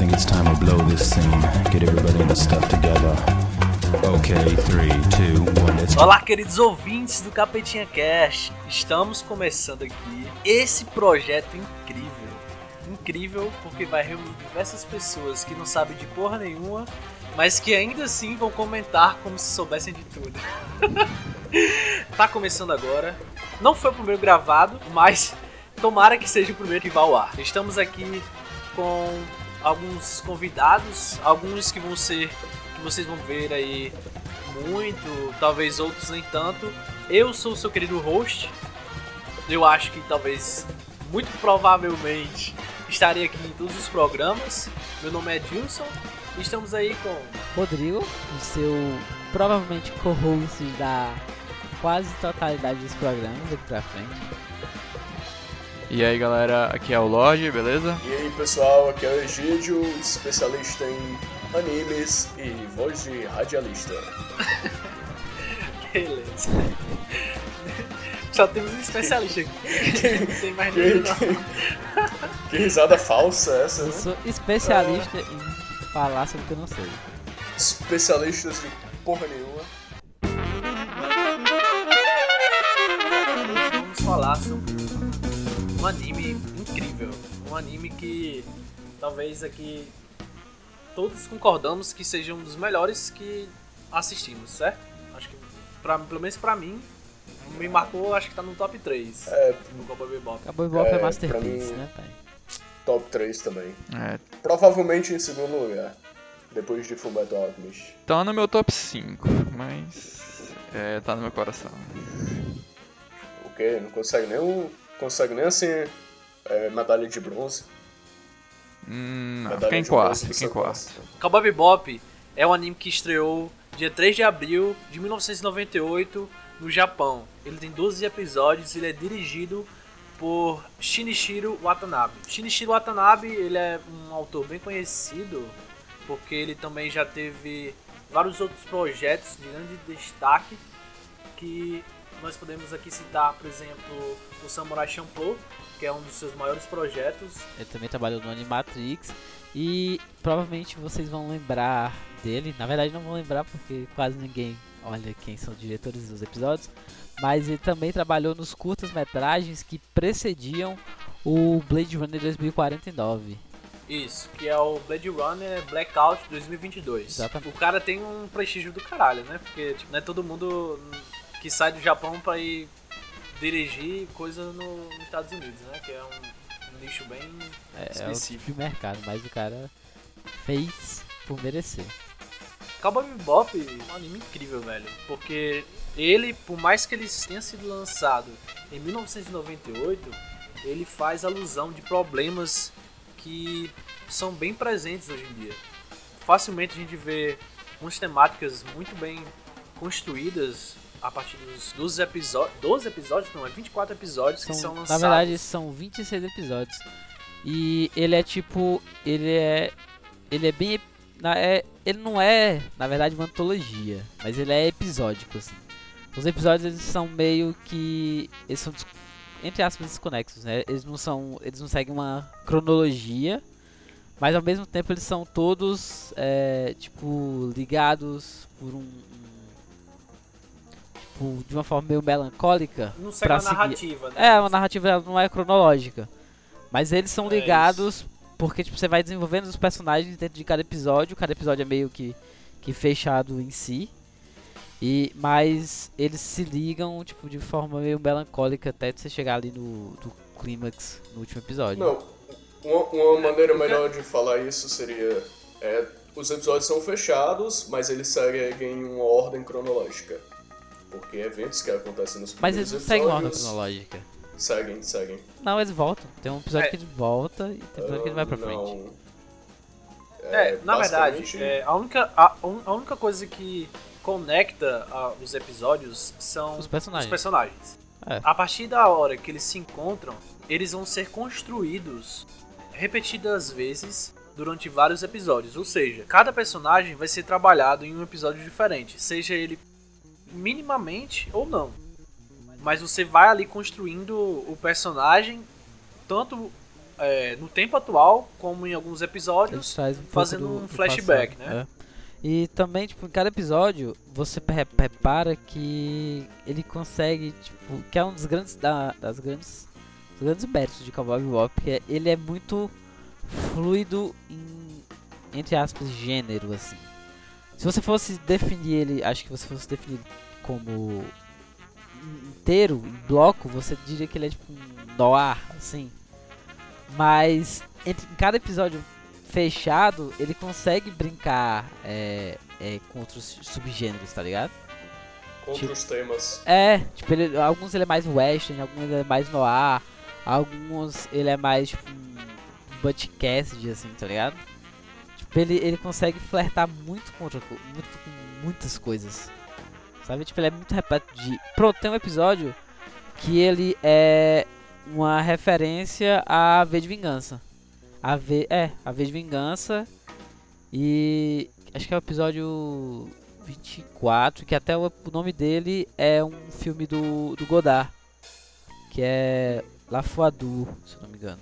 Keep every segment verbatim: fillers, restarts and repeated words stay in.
think it's time we blow this scene. Get everybody in the stuff together. Okay, three, two, one, let's... Olá, queridos ouvintes do Capetinha Cast. Estamos começando aqui esse projeto incrível. Incrível porque vai reunir diversas pessoas que não sabem de porra nenhuma, mas que ainda assim vão comentar como se soubessem de tudo. Tá começando agora. Não foi o primeiro gravado, mas tomara que seja o primeiro que vá ao ar. Estamos aqui com alguns convidados, alguns que vão ser, que vocês vão ver aí muito, talvez outros nem tanto. Eu sou o seu querido host. Eu acho que talvez, muito provavelmente, estarei aqui em todos os programas. Meu nome é Dilson. Estamos aí com Rodrigo, o seu provavelmente co-host da quase totalidade dos programas daqui pra frente. E aí galera, aqui é o Lorde, beleza? E aí pessoal, aqui é o Egídio, especialista em animes e voz de radialista. Beleza. Só temos um especialista aqui. Não tem mais Que, ninguém não. que, que risada falsa é essa, Eu né? sou especialista em falar sobre o que eu não sei. Especialistas de porra nenhuma. Hoje vamos falar sobre um anime incrível. Um anime que talvez aqui todos concordamos que seja um dos melhores que assistimos, certo? Acho que, pra, pelo menos pra mim, me marcou, acho que tá no top três. É, No Cowboy Bebop. Acabou igual É, é, pra Masterpiece, mim- né, pai? top três também. É, Provavelmente em segundo lugar, depois de Fullmetal Alchemist. tá no meu top cinco, mas é, tá no meu coração. O quê? Não consegue nem, um, consegue nem assim, é, medalha de bronze. Hum, não, Medalha fica em de quarto, bronze do fica em seu quarto. coração. Cowboy Bebop é um anime que estreou dia três de abril de mil novecentos e noventa e oito no Japão. Ele tem doze episódios e ele é dirigido por Shinichiro Watanabe. Shinichiro Watanabe, ele é um autor bem conhecido porque ele também já teve vários outros projetos de grande destaque que nós podemos aqui citar, por exemplo, o Samurai Champloo, que é um dos seus maiores projetos. Ele também trabalhou no Animatrix e provavelmente vocês vão lembrar dele. Na verdade não vão lembrar porque quase ninguém olha quem são os diretores dos episódios. Mas ele também trabalhou nos curtas-metragens que precediam o Blade Runner dois mil e quarenta e nove. Isso, que é o Blade Runner Blackout dois mil e vinte e dois. Exatamente. O cara tem um prestígio do caralho, né? Porque tipo, não é todo mundo que sai do Japão pra ir dirigir coisa no, nos Estados Unidos, né? Que é um, um nicho bem É, é o específico. tipo de mercado, mas o cara fez por merecer. Cowboy Bebop é um anime incrível, velho. Porque ele, por mais que ele tenha sido lançado em mil novecentos e noventa e oito, ele faz alusão de problemas que são bem presentes hoje em dia. Facilmente a gente vê umas temáticas muito bem construídas a partir dos doze episódios. doze episódios? Não, é vinte e quatro episódios que São- são na lançados. verdade são vinte e seis episódios. E ele é tipo, ele é ele é bem na- é, ele não é, na verdade, uma antologia, mas ele é episódico assim. Os episódios eles são meio que eles são des- entre aspas desconexos, né? Eles não são, eles não seguem uma cronologia, mas ao mesmo tempo eles são todos é, tipo ligados por um, um tipo de uma forma meio melancólica. Não segue pra uma seguir. narrativa, né? É, uma narrativa ela não é cronológica. Mas eles são É ligados porque tipo, você vai desenvolvendo os personagens dentro de cada episódio. Cada episódio é meio que, que fechado em si. E, mas eles se ligam tipo, de forma meio melancólica até você chegar ali no, no clímax no último episódio. Não, uma, uma maneira melhor de falar isso seria... É, os episódios são fechados, mas eles seguem uma ordem cronológica. Porque eventos que acontecem nos Mas primeiros eles não seguem uma ordem episódios... cronológica. Seguem, seguem. Não, eles voltam. Tem um episódio É. que ele volta e tem um episódio que ele vai pra frente. Não. É, na verdade, basicamente- é, a, única, a, un- a única coisa que conecta a- os episódios são Os personagens. os personagens. É. A partir da hora que eles se encontram, eles vão ser construídos repetidas vezes durante vários episódios. Ou seja, cada personagem vai ser trabalhado em um episódio diferente, seja ele minimamente ou não. Mas você vai ali construindo o personagem tanto é, no tempo atual, como em alguns Ele episódios, traz um pouco fazendo do- um do flashback, passado, né? é. E também, tipo, em cada episódio, você re- repara que ele consegue, tipo, que é um dos grandes, da, das grandes, dos grandes méritos de Cowboy Bebop, que é, ele é muito fluido em, entre aspas, gênero, assim. Se você fosse definir ele, acho que você fosse definir como inteiro, em bloco, você diria que ele é tipo um noir, assim. Mas entre, em cada episódio fechado, ele consegue brincar é, é, com outros subgêneros, tá ligado? Com Tipo- outros temas. É, tipo, ele, alguns ele é mais western, alguns ele é mais noir, alguns ele é mais tipo um Butch Cassidy, assim, tá ligado? Tipo, ele, ele consegue flertar muito com, outra, co- muito com muitas coisas, sabe? Tipo, ele é muito repleto de... Pronto, tem um episódio que ele é uma referência a V de Vingança. A V, é, a V de Vingança. E acho que é o episódio vinte e quatro, que até o, o nome dele é um filme do, do Godard, que é La Foadou, se eu não me engano.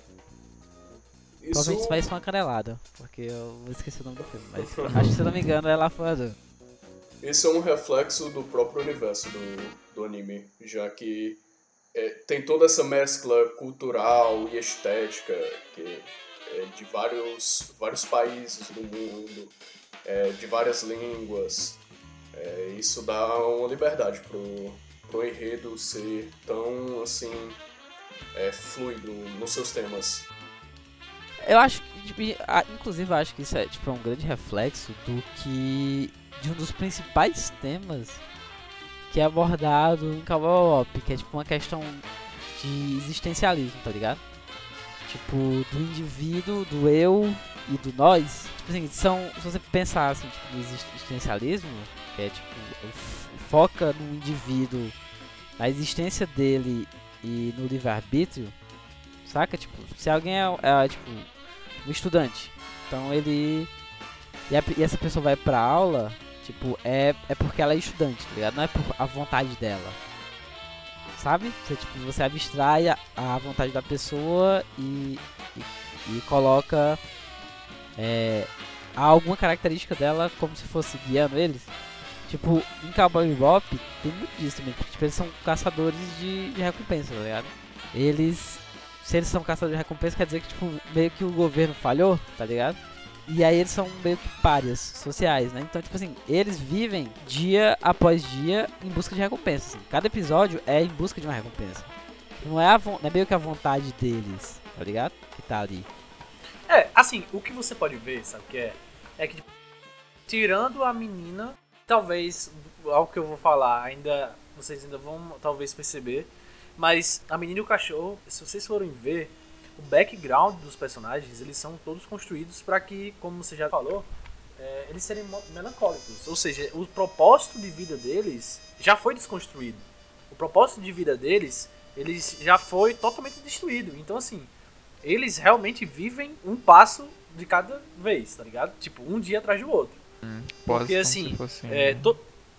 Isso, Provavelmente vai ser uma canelada, porque eu vou esquecer o nome do filme, mas acho que se eu não me engano é La Foadou. isso é um reflexo do próprio universo do, do anime, já que é, tem toda essa mescla cultural e estética que é de vários, vários países do mundo, é, de várias línguas. É, isso dá uma liberdade pro, pro enredo ser tão assim é, fluido nos seus temas. Eu acho que, tipo, a- inclusive, eu acho que isso é tipo um grande reflexo do que de um dos principais temas que é abordado em Cowboy Bebop, que é tipo uma questão de existencialismo, tá ligado? Tipo, do indivíduo, do eu e do nós. Tipo assim, são, se você pensar assim, tipo, no existencialismo, que é tipo, f- foca no indivíduo, na existência dele e no livre-arbítrio, saca? Tipo, se alguém é, é tipo um estudante, então ele e, a- e essa pessoa vai pra aula, tipo, é, é porque ela é estudante, tá ligado? Não é por a vontade dela, sabe? Você, tipo, você abstrai a, a vontade da pessoa e, e, e coloca é, alguma característica dela como se fosse guiando eles. Tipo, em Cowboy Bebop tem muito disso também, porque tipo, eles são caçadores de, de recompensa, tá ligado? Eles, se eles são caçadores de recompensa, quer dizer que tipo, meio que o governo falhou, tá ligado? E aí eles são meio que párias sociais, né? Então, tipo assim, eles vivem dia após dia em busca de recompensa, assim. Cada episódio é em busca de uma recompensa. Não é, a vo- não é meio que a vontade deles, tá ligado? Que tá ali. É, assim, o que você pode ver, sabe o que é? É que, tipo, tirando a menina, talvez, algo que eu vou falar, ainda vocês ainda vão talvez perceber, mas a menina e o cachorro, se vocês forem ver, o background dos personagens, eles são todos construídos para que, como você já falou, é, eles serem mo- melancólicos. Ou seja, o propósito de vida deles já foi desconstruído. O propósito de vida deles, eles já foi totalmente destruído. Então, assim, eles realmente vivem um passo de cada vez, tá ligado? Tipo, um dia atrás do outro. Quase Porque, como assim, se fosse, É, né? to-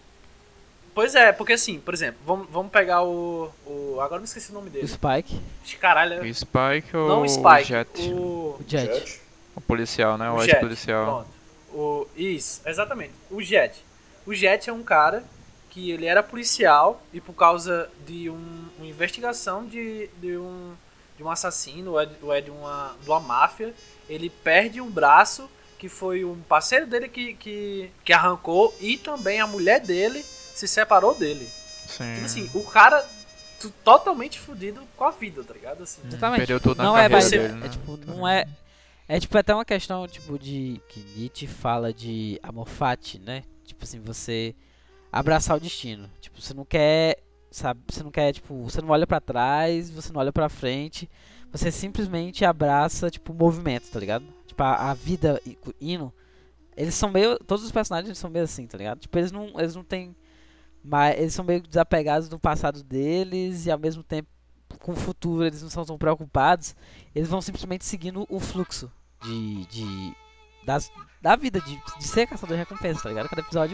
Pois é, porque assim, por exemplo, vamos, vamos pegar o, o. Agora eu me esqueci o nome O dele. Spike, Caralho, O Spike ou não o o Spike, Jet? o. o Jet. Jet. O policial, né? O, O Jet, ex-policial. pronto. O, isso, exatamente. O Jet. O Jet é um cara que ele era policial e por causa de um, uma investigação de, de, um, de um assassino ou é, de- ou é de, uma, de uma máfia, ele perde um braço que foi um parceiro dele que, que, que arrancou e também a mulher dele se separou dele. Sim. Tipo assim, o cara t- totalmente fudido com a vida, tá ligado? Assim, Exatamente. Perdeu tudo na não é carreira mais, dele, é, né? tipo, não é é tipo até uma questão tipo de que Nietzsche fala de amor fati, né? Tipo assim, você abraçar o destino. Tipo, você não quer, sabe, você não quer, tipo, você não olha pra trás, você não olha pra frente, você simplesmente abraça tipo o movimento, tá ligado? Tipo a, a vida i- indo. Eles são meio, todos os personagens eles são meio assim, tá ligado? Tipo, eles não, eles não têm mas eles são meio desapegados do passado deles e ao mesmo tempo com o futuro eles não são tão preocupados. Eles vão simplesmente seguindo o fluxo de, de das, da vida de, de ser caçador de recompensa, tá ligado? Cada episódio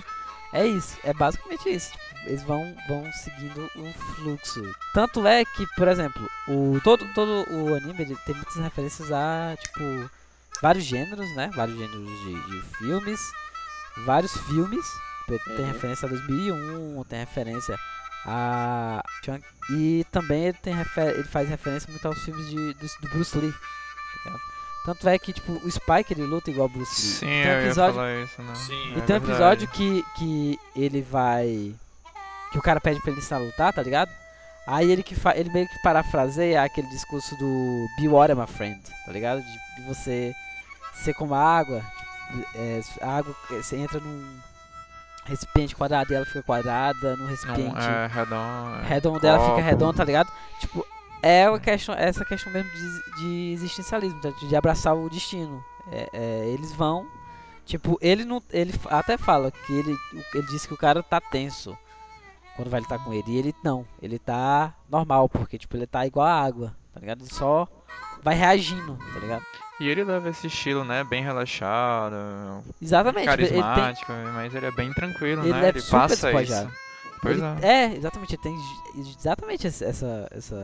É isso, é basicamente isso. Tipo, eles vão, vão seguindo um fluxo. Tanto é que, por exemplo, o, todo, todo o anime ele tem muitas referências a, tipo, vários gêneros, né? Vários gêneros de, de filmes, vários filmes. Tem Uhum. referência a dois mil e um, tem referência a... E também ele, tem refer, ele faz referência muito aos filmes de, do, do Bruce Lee. Tá ligado? Tanto é que, tipo, o Spike ele luta igual o Bruce Lee. Sim, E tem um eu ia episódio, falar isso, né? Sim. e É tem um verdade. episódio que, que ele vai... Que o cara pede pra ele ensinar a lutar, tá ligado? Aí ele, que fa... ele meio que parafraseia aquele discurso do Be water, my friend, tá ligado? De, de você ser como a água. Tipo, é, a água, você entra num recipiente quadrado e ela fica quadrada, num Não, recipiente é redondo. é redondo dela fica copo. redondo, tá ligado? Tipo, é uma questão, essa questão mesmo de, de existencialismo, tá? De abraçar o destino. É, é, eles vão, tipo, ele não, ele f- até fala que ele, ele disse que o cara tá tenso quando vai lutar com ele. E ele não, ele tá normal, porque tipo, ele tá igual a água, tá ligado? Ele só vai reagindo, tá ligado? E ele leva esse estilo, né? Bem relaxado, Exatamente, ele tem, carismático, mas ele é bem tranquilo, ele né? é Ele super passa despojado. isso. Pois ele, é. é, exatamente, ele tem j- exatamente essa, essa, essa-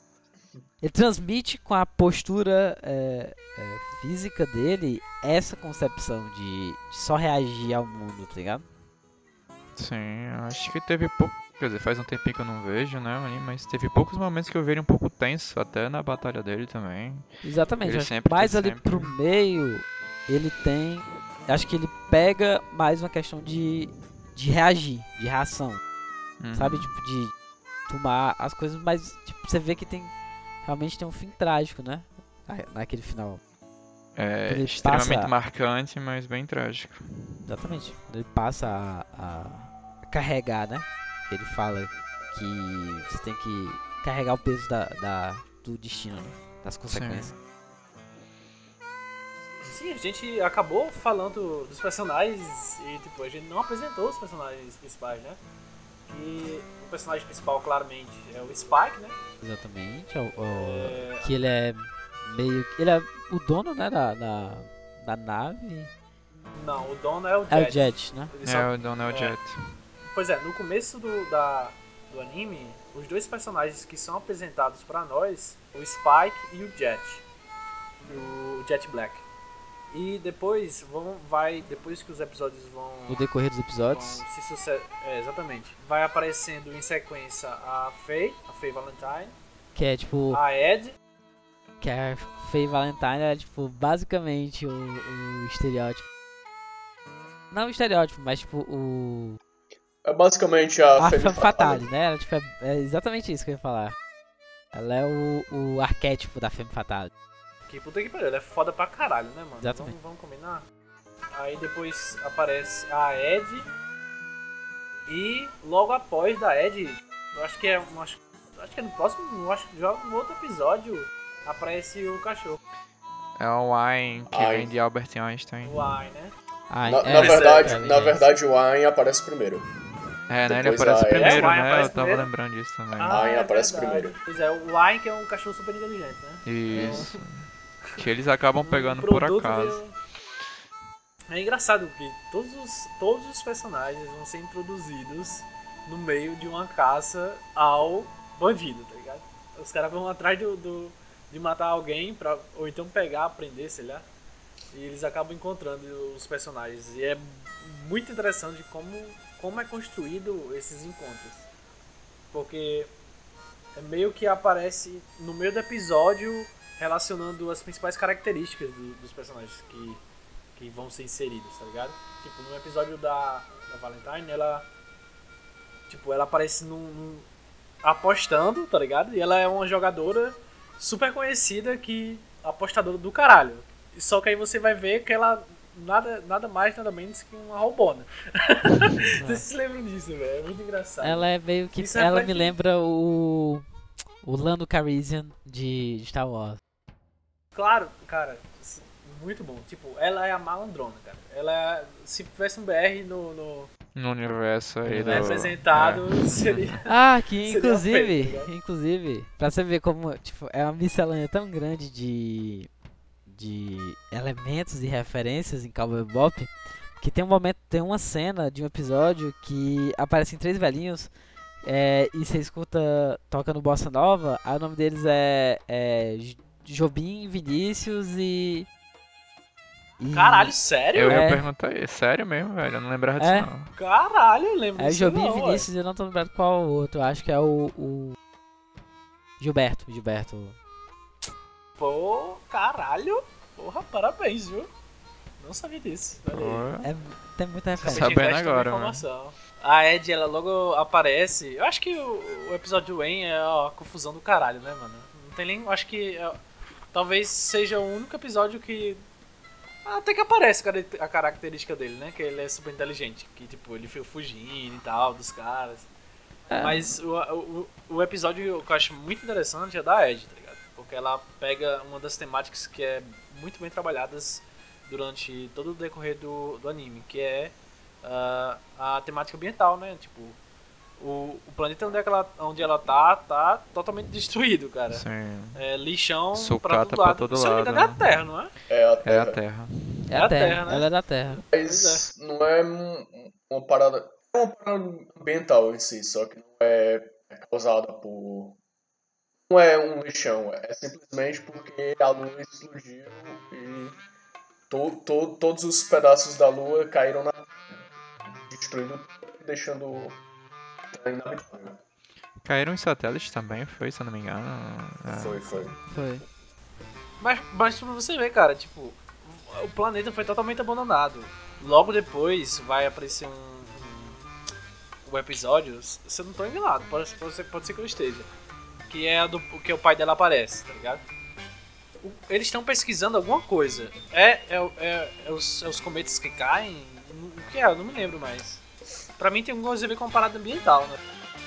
ele transmite com a postura é, é, física dele essa concepção de, de só reagir ao mundo, tá ligado? Sim, acho que teve pouco. Quer dizer, faz um tempinho que eu não vejo, né, o anime, mas teve poucos momentos que eu vi ele um pouco tenso, até na batalha dele também. Exatamente, Ele acho que sempre tá mais ali sempre- pro meio ele tem, acho que ele pega mais uma questão de, de reagir, de reação, Uhum. sabe? Tipo, de tomar as coisas, mas tipo, você vê que tem, realmente tem um fim trágico, né? Na- Naquele final. É ele extremamente passa- marcante, mas bem trágico. Exatamente. Quando ele passa a, a carregar, né? Ele fala que você tem que carregar o peso da, da- do destino, né? Das consequências. Sim, a gente acabou falando dos personagens e tipo, a gente não apresentou os personagens principais, né? E o personagem principal claramente é o Spike, né? Exatamente. O, o- É, Que ele é meio. Ele é o dono, né? Da, da, da nave. Não, o dono é o Jet. É o Jet, né? Ele só- É o Donald é. Jet. Pois é, no começo do, da, do anime, os dois personagens que são apresentados pra nós, o Spike e o Jet. O Jet Black. E depois vão, vai, depois que os episódios vão, No decorrer dos episódios. vão se suce- é, exatamente, vai aparecendo em sequência a Faye, a Faye Valentine, Que é tipo. a Ed, Que a Faye Valentine é tipo basicamente o, o estereótipo. Não o estereótipo, mas tipo o. É basicamente a A Femme femme Fatale. fatale, né? Ela, tipo, é, é exatamente isso que eu ia falar. Ela é o, o arquétipo da femme fatale. que puta que pariu, ela é foda pra caralho, né, mano? Exatamente. Vamos, vamos combinar? Aí depois aparece a Ed. E logo após da Ed, eu acho que é. eu Acho, acho que é no próximo. eu Acho que já no outro episódio aparece o cachorro. É o Ayn, que Ayn. vem de Albert Einstein. O Ai, né? Ai, Na, é, na verdade, é, na é, verdade, o Ayn aparece primeiro. É, né? Ele Depois aparece a- primeiro, É, o Ayn né? Eu aparece tava primeiro. lembrando disso também. Ah, Ayn é aparece verdade. primeiro. Pois é, o Ai que é um cachorro super inteligente, né? Isso. Que eles acabam Um pegando por produto acaso. de- É engraçado que todos os, todos os personagens vão ser introduzidos no meio de uma caça ao bandido, tá ligado? Os caras vão atrás do, do- de matar alguém, pra, ou então pegar, prender, sei lá. E eles acabam encontrando os personagens. E é muito interessante de como, como é construído esses encontros. Porque é meio que aparece no meio do episódio relacionando as principais características do- dos personagens que, que vão ser inseridos, tá ligado? Tipo, no episódio da, da Valentine, ela tipo, ela aparece num, num- apostando, tá ligado? E ela é uma jogadora super conhecida que apostadora do caralho. Só que aí você vai ver que ela nada, nada mais, nada menos que uma robona. Vocês se lembram disso, velho? É muito engraçado. ela é meio que. Isso Ela reflete- me lembra o. O Lando Calrissian de de Star Wars. Claro, cara, s- muito bom. Tipo, ela é a malandrona, cara. Ela é, se tivesse um B R no, no No universo aí do... representado, é. seria. Ah, que Seria inclusive, feito, né? inclusive, pra você ver como, tipo, é uma miscelânea tão grande de de elementos e referências em Cowboy Bebop, que tem um momento, tem uma cena de um episódio que aparecem três velhinhos é, e você escuta tocando bossa nova. Aí o nome deles é, é J- Jobim, Vinícius e, e Caralho, sério? Eu ia É. perguntar isso, sério mesmo, velho? Eu não lembrava disso É. não. Caralho, eu lembro é o disso Jobim não, e ué. Vinícius. Eu não tô lembrando qual é o outro. Eu acho que é o, o Gilberto, Gilberto. Pô, caralho. Porra, parabéns, viu? Não sabia disso. Olha aí. Pô, É, tem muita referência. Sabendo Acabei de investir agora, uma informação. A Ed, ela logo aparece. Eu acho que o, o episódio do Wayne é a confusão do caralho, né, mano? Não tem nem. Eu acho que. é, talvez seja o único episódio que. Até que aparece cara- a característica dele, né? Que ele é super inteligente. Que, tipo, ele fica fugindo e tal dos caras. É. Mas o, o, o episódio que eu acho muito interessante é da Ed, tá ligado? Porque ela pega uma das temáticas que é muito bem trabalhadas durante todo o decorrer do, do anime, que é ah, a temática ambiental, né? Tipo, o, o planeta onde, é que ela, onde ela tá, tá totalmente destruído, cara. sim. É lixão Sucata pra todo pra lado. todo Se eu não me lado, engano, é a né? Terra, não é? É a É Terra. a Terra. É É a a Terra, Terra, né? ela é da Terra. Mas não é um- uma parada. É uma parada ambiental em si, só que não é causada por. Não é um lixão, é simplesmente porque a lua explodiu e to, to, todos os pedaços da lua caíram na Terra, destruindo e deixando a Terra inabitável. Caíram os satélites também, foi, se eu não me engano. É. Foi, foi. Foi. Mas, mas pra você ver, cara, tipo, o planeta foi totalmente abandonado. Logo depois vai aparecer um, um, um episódio, se eu não tô enganado, pode, pode, ser, pode ser que eu esteja. Que é a do que o pai dela aparece, tá ligado? O- eles estão pesquisando alguma coisa. É, é, o- é, é, os, é os cometas que caem? O que é? Eu não me lembro mais. Pra mim tem alguma coisa a ver com a parada ambiental, né?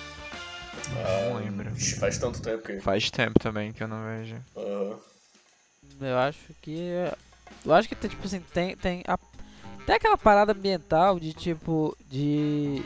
Não lembro. Ixi, faz tanto tempo que. Faz tempo também que eu não vejo. Aham. Eu acho que. Eu acho que tem, tipo assim, tem. Tem, a, tem aquela parada ambiental de tipo. De.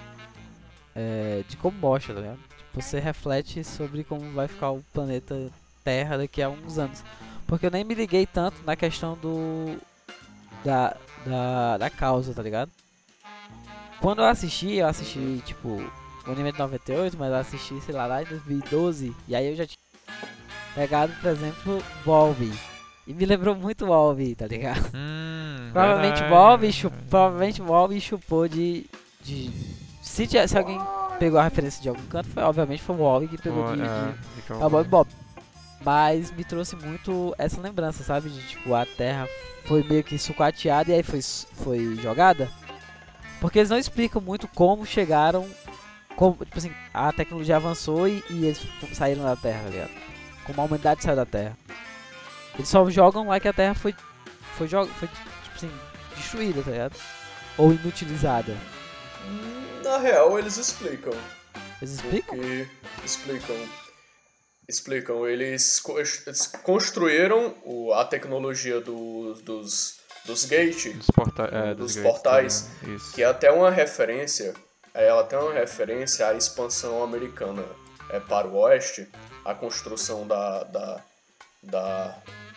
É, de como mostra, tá ligado? Tipo, você reflete sobre como vai ficar o planeta Terra daqui a uns anos. Porque eu nem me liguei tanto na questão do. Da, da, da causa, tá ligado? Quando eu assisti, eu assisti, tipo, o anime de noventa e oito, mas eu assisti, sei lá, lá em dois mil e doze. E aí eu já tinha pegado, por exemplo, Volve. E me lembrou muito Volve, tá ligado? Hum, Provavelmente verdade, Volve chup, verdade. provavelmente Volve chupou de. de se, tinha- se alguém pegou a referência de algum canto, foi, obviamente foi o Volve que pegou Pô, de, é, de fica ah, Bob Bob. Mas me trouxe muito essa lembrança, sabe? De tipo, a Terra foi meio que sucateada e aí foi, foi jogada. Porque eles não explicam muito como chegaram. Como, tipo assim, a tecnologia avançou e, e eles f- saíram da Terra, tá ligado? Como a humanidade saiu da Terra. Eles só jogam lá que a Terra foi. Foi, jo- foi tipo assim, destruída, tá ligado? Ou inutilizada. Na real, eles explicam. Eles explicam? Porque explicam. Explicam. Eles, co- eles construíram o- a tecnologia do- dos, dos gates, Dos, porta é, dos gates, portais, tá ligado? Isso. que é até uma referência. Ela tem uma referência à expansão americana é, para o oeste, a construção da, da, da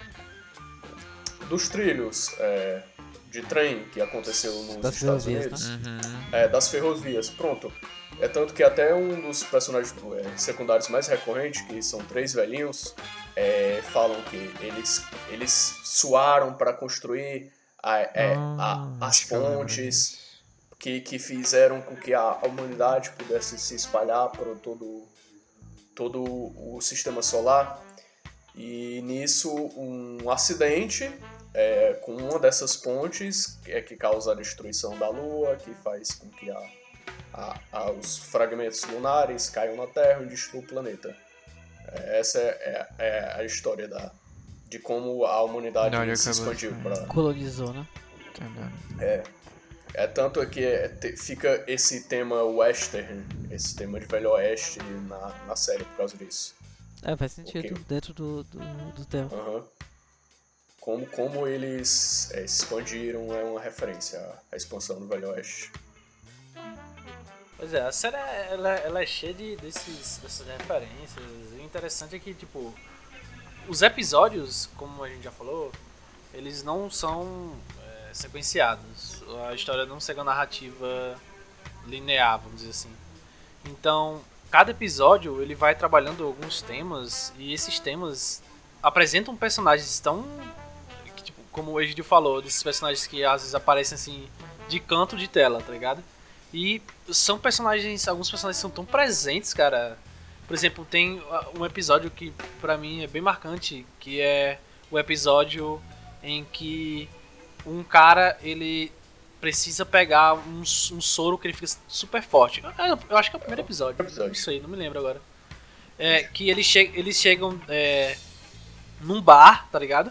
dos trilhos é, de trem que aconteceu nos Das Estados ferrovias, Unidos. Uhum. É, das ferrovias, pronto. É tanto que até um dos personagens é, secundários mais recorrentes, que são três velhinhos, é, falam que eles, eles suaram para construir a- é, a- Ah, as acho que eu lembro pontes disso. que, que fizeram com que a, a humanidade pudesse se espalhar por todo, todo o sistema solar. E nisso, um acidente é, com uma dessas pontes é que causa a destruição da Lua, que faz com que a, a, a- os fragmentos lunares caiam na Terra e destruam o planeta. É, essa é, é- é a história da, de como a humanidade Não, ele se acabou expandiu. de- Pra, Colonizou, né? Entendendo. é tanto que é, te- fica esse tema western, esse tema de Velho Oeste na, na série por causa disso. É, faz sentido Ok. dentro do, do, do tema. Aham. Como, como eles é, se expandiram é uma referência à, à expansão do Velho Oeste. Pois é, a série ela, ela é cheia de, desses, dessas referências. E o interessante é que, tipo, os episódios, como a gente já falou, eles não são é, sequenciados. A história não segue uma narrativa linear, vamos dizer assim. Então, cada episódio ele vai trabalhando alguns temas e esses temas apresentam personagens tão, que, tipo, como o Egidio falou, desses personagens que às vezes aparecem assim de canto de tela, tá ligado? E são personagens, alguns personagens são tão presentes, cara. Por exemplo, tem um episódio que pra mim é bem marcante, que é o episódio em que um cara, ele precisa pegar um, um soro que ele fica super forte. Eu, eu acho que é o primeiro episódio. episódio. Não sei, não me lembro agora. É, que eles, che eles chegam é, num bar, tá ligado?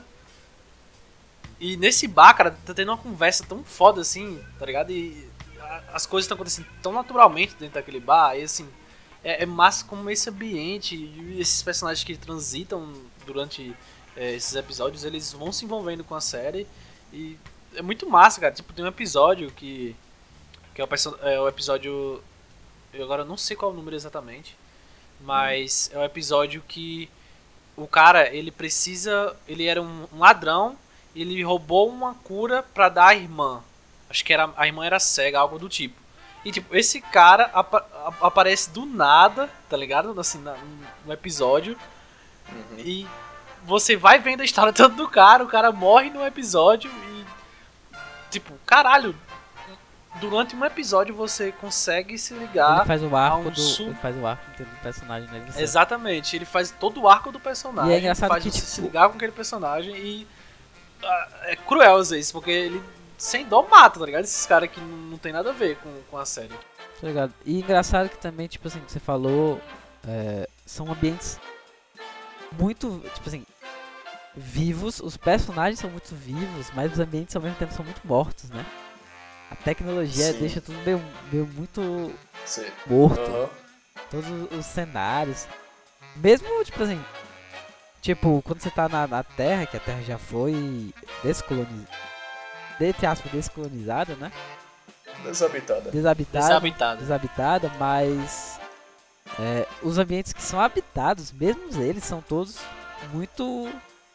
E nesse bar, cara, tá tendo uma conversa tão foda assim, tá ligado? E a, as coisas estão acontecendo tão naturalmente dentro daquele bar. E assim, é, é massa como esse ambiente e esses personagens que transitam durante é, esses episódios, eles vão se envolvendo com a série. E é muito massa, cara. Tipo, tem um episódio que. Que é o, é o episódio. Eu agora não sei qual é o número exatamente. Mas hum. é o episódio que o cara, ele precisa. Ele era um, um ladrão. E ele roubou uma cura pra dar à irmã. Acho que era, a irmã era cega, algo do tipo. E tipo, esse cara apa aparece do nada, tá ligado? Assim, na, no episódio. Uhum. E você vai vendo a história tanto do cara, o cara morre no episódio e. Tipo, caralho, durante um episódio você consegue se ligar. Ele faz o arco um do. su... Ele faz o arco do personagem nele. Né? Exatamente, ele faz todo o arco do personagem. E é engraçado faz que, você tipo... se ligar com aquele personagem e. Uh, é cruel às vezes, porque ele sem dó mata, tá ligado? Esses caras que não, não tem nada a ver com, com a série. Tá ligado? E engraçado que também, tipo assim, que você falou, é, são ambientes muito, tipo assim, vivos, os personagens são muito vivos, mas os ambientes ao mesmo tempo são muito mortos, né? A tecnologia Sim. deixa tudo meio, meio muito Sim. morto. Uhum. Todos os cenários. Mesmo, tipo assim, tipo, quando você tá na, na Terra, que a Terra já foi descolonizada, entre aspas, descolonizada, né? Desabitada. Desabitada. Desabitada. Desabitada, mas é, os ambientes que são habitados, mesmo eles, são todos muito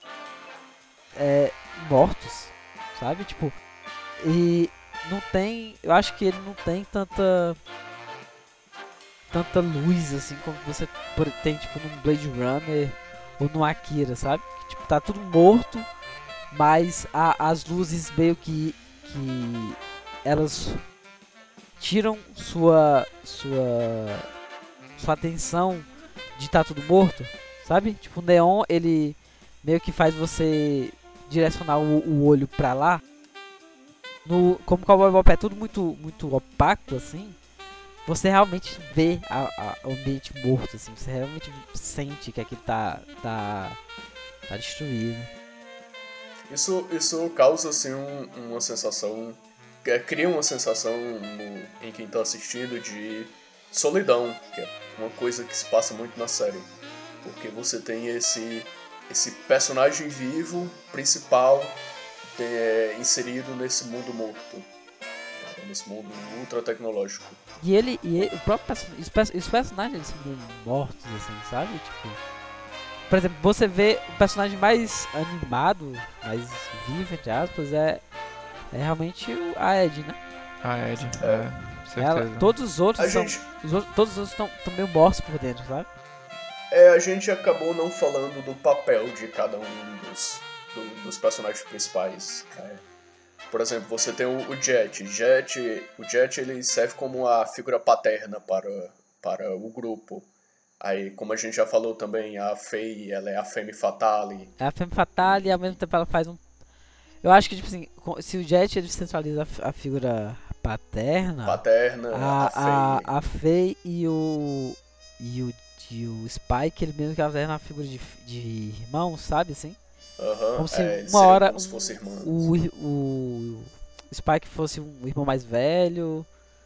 é, mortos, sabe? Tipo, e não tem, eu acho que ele não tem tanta tanta luz assim como você tem tipo num Blade Runner ou no Akira, sabe? Que, tipo, tá tudo morto, mas a, as luzes meio que que elas tiram sua sua sua atenção de tá tudo morto, sabe? Tipo, o neon, ele meio que faz você direcionar o, o olho pra lá. No, como o Cowboy Bebop é tudo muito, muito opaco, assim, você realmente vê a, a, o ambiente morto, assim, você realmente sente que aquilo tá, tá, tá destruído. Isso, isso causa, assim, um, uma sensação, é, cria uma sensação no, em quem tá assistindo de solidão, que é uma coisa que se passa muito na série. Porque você tem esse, esse personagem vivo, principal, é, inserido nesse mundo morto, nesse mundo ultra tecnológico. E ele, e ele o próprio os, os personagens eles são meio mortos, assim, sabe? Tipo, por exemplo, você vê o personagem mais animado, mais vivo, entre aspas, é, é realmente o, a Ed, né? A Ed, é, é certeza. Ela, todos os outros a são, gente... os outros, todos os outros estão meio mortos por dentro, sabe? É, a gente acabou não falando do papel de cada um dos, do, dos personagens principais. É. Por exemplo, você tem o, o Jet. Jet. O Jet ele serve como a figura paterna para, para o grupo. Aí, como a gente já falou também, a Faye, ela é a Femme Fatale. É a Femme Fatale e ao mesmo tempo ela faz um... Eu acho que, tipo assim, se o Jet ele centraliza a, a figura paterna... Paterna, a, a Faye... A, a Faye e o... E o, e o Spike, ele mesmo que alterna a figura de, de irmão, sabe, assim? Uhum, como se é, uma hora como se fosse irmão. O, o, o Spike fosse um irmão mais velho.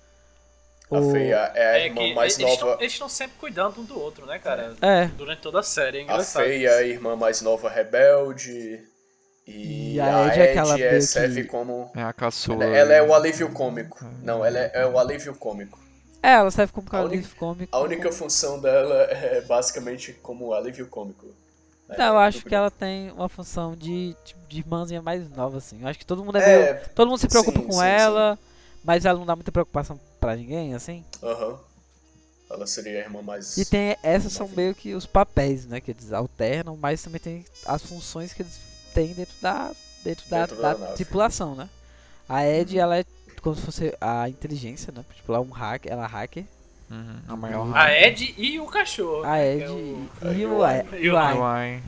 A ou... Faye é a é irmã que mais eles nova. Tão, eles estão sempre cuidando um do outro, né, cara? É. Durante toda a série, é engraçado. A Faye é a irmã mais nova rebelde. E, e a, a Ed, Ed é, aquela é, serve que... como... É a caçula. Ela, ela é o alívio cômico. Não, ela é, é o alívio cômico. É, ela serve como a alívio única, cômico. A única função dela é basicamente como alívio cômico Não, eu acho do que ela tem uma função de, tipo, de irmãzinha mais nova, assim. Eu acho que todo mundo é, meio. É, Todo mundo se preocupa sim, com sim, ela, mas ela não dá muita preocupação pra ninguém, assim. aham. Ela seria a irmã mais... E tem. Essas são novinha. meio que os papéis, né? Que eles alternam, mas também tem as funções que eles têm dentro da. Dentro da, Dentro da da nave. tripulação, né? A Ed, Uhum. ela é como se fosse a inteligência, né? Tipo, ela é um hacker, ela é hacker. Uhum. A maior A hacker. Ed e o cachorro. A né, que Ed é o- e, e e o o Ai. E o Ai. Uai.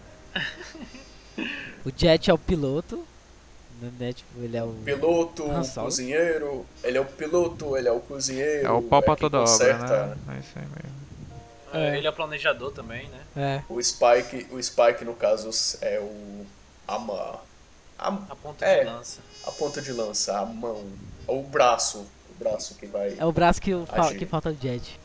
O Jet é o piloto. Né? Tipo, ele é o. Piloto, Han Solo. cozinheiro, ele é o piloto, ele é o cozinheiro. É o pau pra quem toda conserta. obra, né? É isso aí mesmo. É, Ele é planejador também, né? É. O Spike, o Spike no caso é o a, ma- a, A ponta É. de lança. a ponta de lança, a mão, o braço, o braço que vai. É o braço que, o, fa- Agir. que falta o Jet.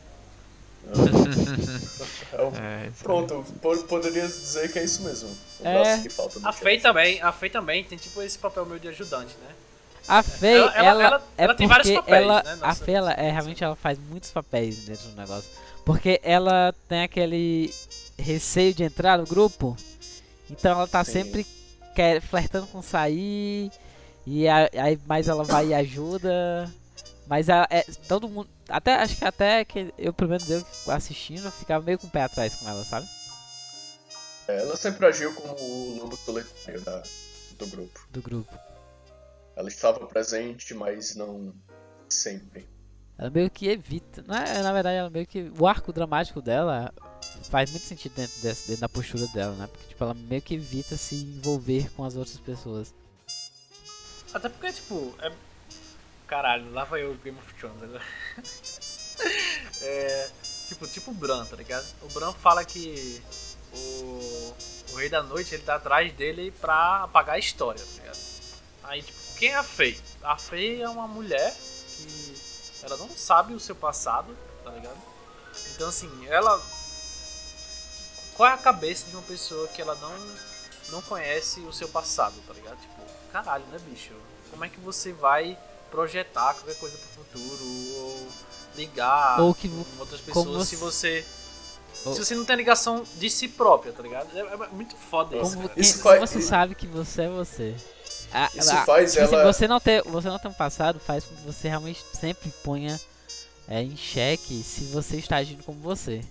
É o- É isso aí. Pronto, po- poderia dizer que é isso mesmo. O É. braço que falta. do A Jet. Faye também, a Faye também tem tipo esse papel meio de ajudante, né? A Faye, Ela- ela, ela- ela- é ela tem vários porque papéis, ela, né, a nossa- Faye, ela, é, realmente ela faz muitos papéis dentro do negócio. Porque ela tem aquele receio de entrar no grupo, então ela tá Sim. sempre quer, flertando com sair, e a- aí mais ela vai e ajuda. Mas ela, é, todo mundo, até acho que até que eu, pelo menos eu assistindo, ficava meio com o pé atrás com ela, sabe? É, ela sempre agiu como o lobo solitário da, do grupo. Do grupo. Ela estava presente, mas não sempre. Ela meio que evita, não é, na verdade ela meio que, o arco dramático dela faz muito sentido dentro, desse, dentro da postura dela, né? Porque tipo, ela meio que evita se envolver com as outras pessoas. Até porque, tipo, é. Caralho, lá vai eu Game of Thrones agora. É. Tipo, tipo o Bran, tá ligado? O Bran fala que o, o Rei da Noite ele tá atrás dele pra apagar a história, tá ligado? Aí, tipo, quem é a Faye? A Faye é uma mulher que ela não sabe o seu passado, tá ligado? Então, assim, ela. Qual é a cabeça de uma pessoa que ela não, não conhece o seu passado, tá ligado? Tipo, caralho, né, bicho? Como é que você vai projetar qualquer coisa pro futuro ou ligar Ou que com vo- outras como pessoas se você- você Ou- se você não tem ligação de si própria, tá ligado? É, é muito foda isso, Como, cara. quem- Isso se faz- você sabe que você é você. A- Isso a- faz tipo assim, ela- você não ter, você não ter um passado faz com que você realmente sempre ponha é, em xeque se você está agindo como você.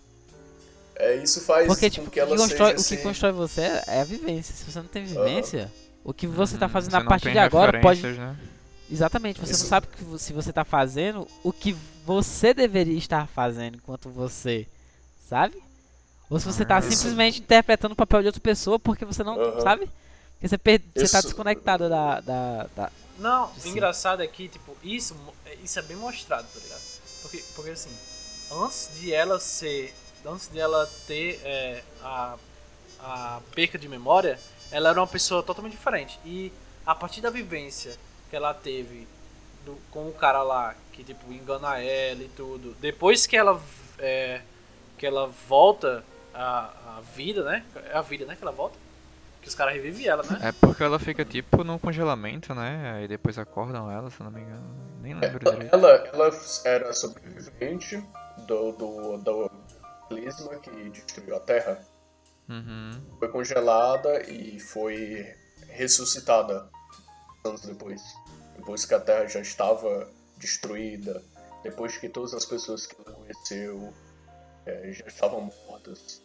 É, isso faz Porque com tipo, o que que, ela constrói, seja o que assim, constrói você é a vivência. Se você não tem vivência, o que você está Uhum, fazendo você a não partir tem de agora pode. referências, né? Exatamente, você Isso- não sabe o que vo- se você está fazendo o que você deveria estar fazendo enquanto você, sabe? Ou se você está Isso- simplesmente interpretando o papel de outra pessoa porque você não Aham. sabe? Porque você, per... você tá Isso- desconectado da, da, da- Não, Sim. o engraçado é que, tipo, isso, isso é bem mostrado, tá ligado? Porque, porque assim, antes de ela ser. Antes de ela ter é, a, a perca de memória, ela era uma pessoa totalmente diferente. E a partir da vivência que ela teve do, com o cara lá, que tipo, engana ela e tudo, depois que ela é, que ela volta à, à vida, né? É a vida, né? Que ela volta. Que os caras revivem ela, né? É porque ela fica tipo num congelamento, né? Aí depois acordam ela, se eu não me engano. Nem lembro ela, direito. ela, ela era sobrevivente do, do, do cataclisma que destruiu a Terra. Uhum. Foi congelada e foi ressuscitada anos depois. Depois que a Terra já estava destruída, depois que todas as pessoas que ela conheceu é, já estavam mortas.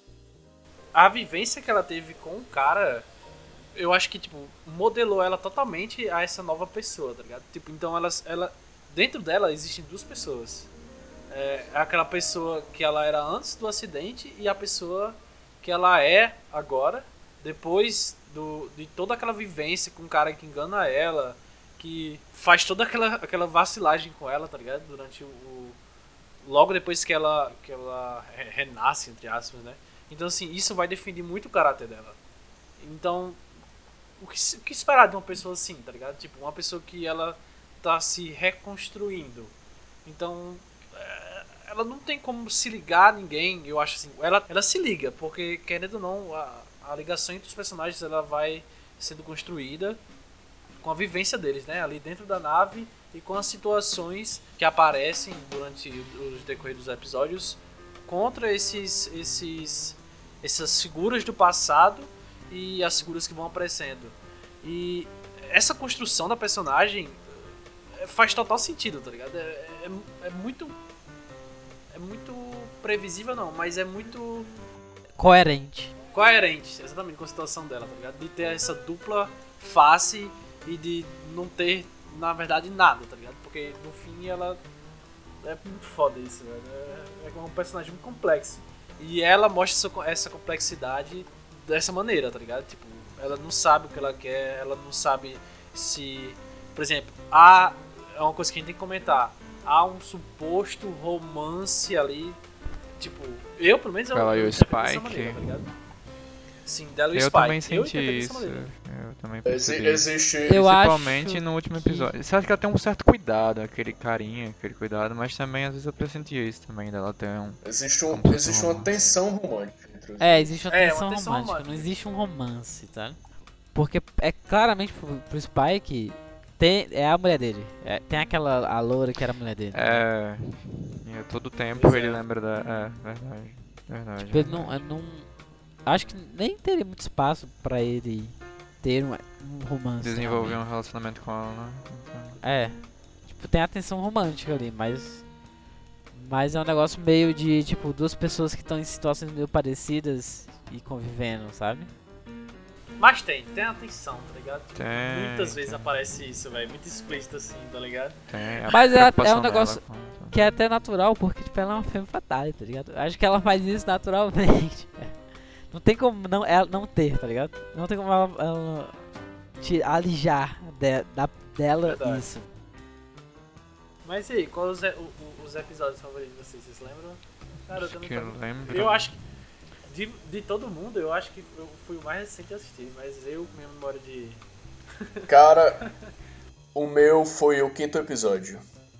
A vivência que ela teve com o cara, eu acho que, tipo, modelou ela totalmente a essa nova pessoa, tá ligado? Tipo, então ela, ela dentro dela existem duas pessoas. É aquela pessoa que ela era antes do acidente e a pessoa que ela é agora, depois do, de toda aquela vivência com o cara que engana ela, que faz toda aquela, aquela vacilagem com ela, tá ligado? Durante o, o logo depois que ela, que ela re- renasce, entre aspas, né? Então, assim, isso vai definir muito o caráter dela. Então, o que, se- o que esperar de uma pessoa assim, tá ligado? Tipo, uma pessoa que ela tá se reconstruindo. Então, é, ela não tem como se ligar a ninguém, eu acho assim. Ela, ela se liga, porque, querendo ou não, a, a ligação entre os personagens ela vai sendo construída com a vivência deles, né? Ali dentro da nave e com as situações que aparecem durante os decorrer dos episódios contra esses esses essas figuras do passado e as figuras que vão aparecendo. E essa construção da personagem faz total sentido, tá ligado? É, é, é muito. É muito previsível, não, mas é muito Coerente. coerente, exatamente, com a situação dela, tá ligado? De ter essa dupla face e de não ter, na verdade, nada, tá ligado? Porque no fim ela. É muito foda isso, velho. É, é um personagem muito complexo. E ela mostra essa, essa complexidade dessa maneira, tá ligado? Tipo, ela não sabe o que ela quer, ela não sabe se. Por exemplo, há. É uma coisa que a gente tem que comentar. Há um suposto romance ali. Tipo, eu pelo menos eu, Ela e eu o interpreto dessa Spike. maneira, tá ligado? Sim, dela e o Eu Spike. também eu senti interpreto dessa isso. maneira. Eu também Exi- percebi. existe. Eu Principalmente acho no último que- episódio. Você acha que ela tem um certo cuidado, aquele carinha, aquele cuidado, mas também às vezes eu pressentia isso também, dela ter um. Existe, um, Como se existe fosse um uma romance. tensão romântica entre os É, dois. existe uma É, tensão uma tensão romântica, romântica. não existe um romance, tá? Porque é claramente pro, pro Spike, tem, é a mulher dele. É, tem aquela a loura que era a mulher dele. É. E a todo tempo Pois ele é. lembra da. É, verdade. Verdade. Tipo, ele não, verdade. eu não. Acho que nem teria muito espaço pra ele ter um, um romance. Desenvolver realmente. um relacionamento com ela, né? Então, É. Tipo, tem a tensão romântica ali, mas. Mas é um negócio meio de, tipo, duas pessoas que estão em situações meio parecidas e convivendo, sabe? Mas tem, tem atenção, tá ligado? Tipo, Tem, muitas vezes tem. aparece isso, velho. Muito explícito assim, tá ligado? tem a Mas é- é um preocupação dela negócio- com- Que é até natural, porque, tipo, ela é uma femme fatale, tá ligado? Acho que ela faz isso naturalmente. Não tem como não, ela não ter, tá ligado? Não tem como ela, ela te alijar de, da, dela Verdade. isso. Mas e aí, quais os, e- o- o- os episódios favoritos de vocês? Vocês lembram? Cara, eu Acho também que eu tava- lembro. Eu acho que. De, de todo mundo, eu acho que eu fui o mais recente a assistir, mas eu, minha memória de. Cara, o meu foi o quinto episódio.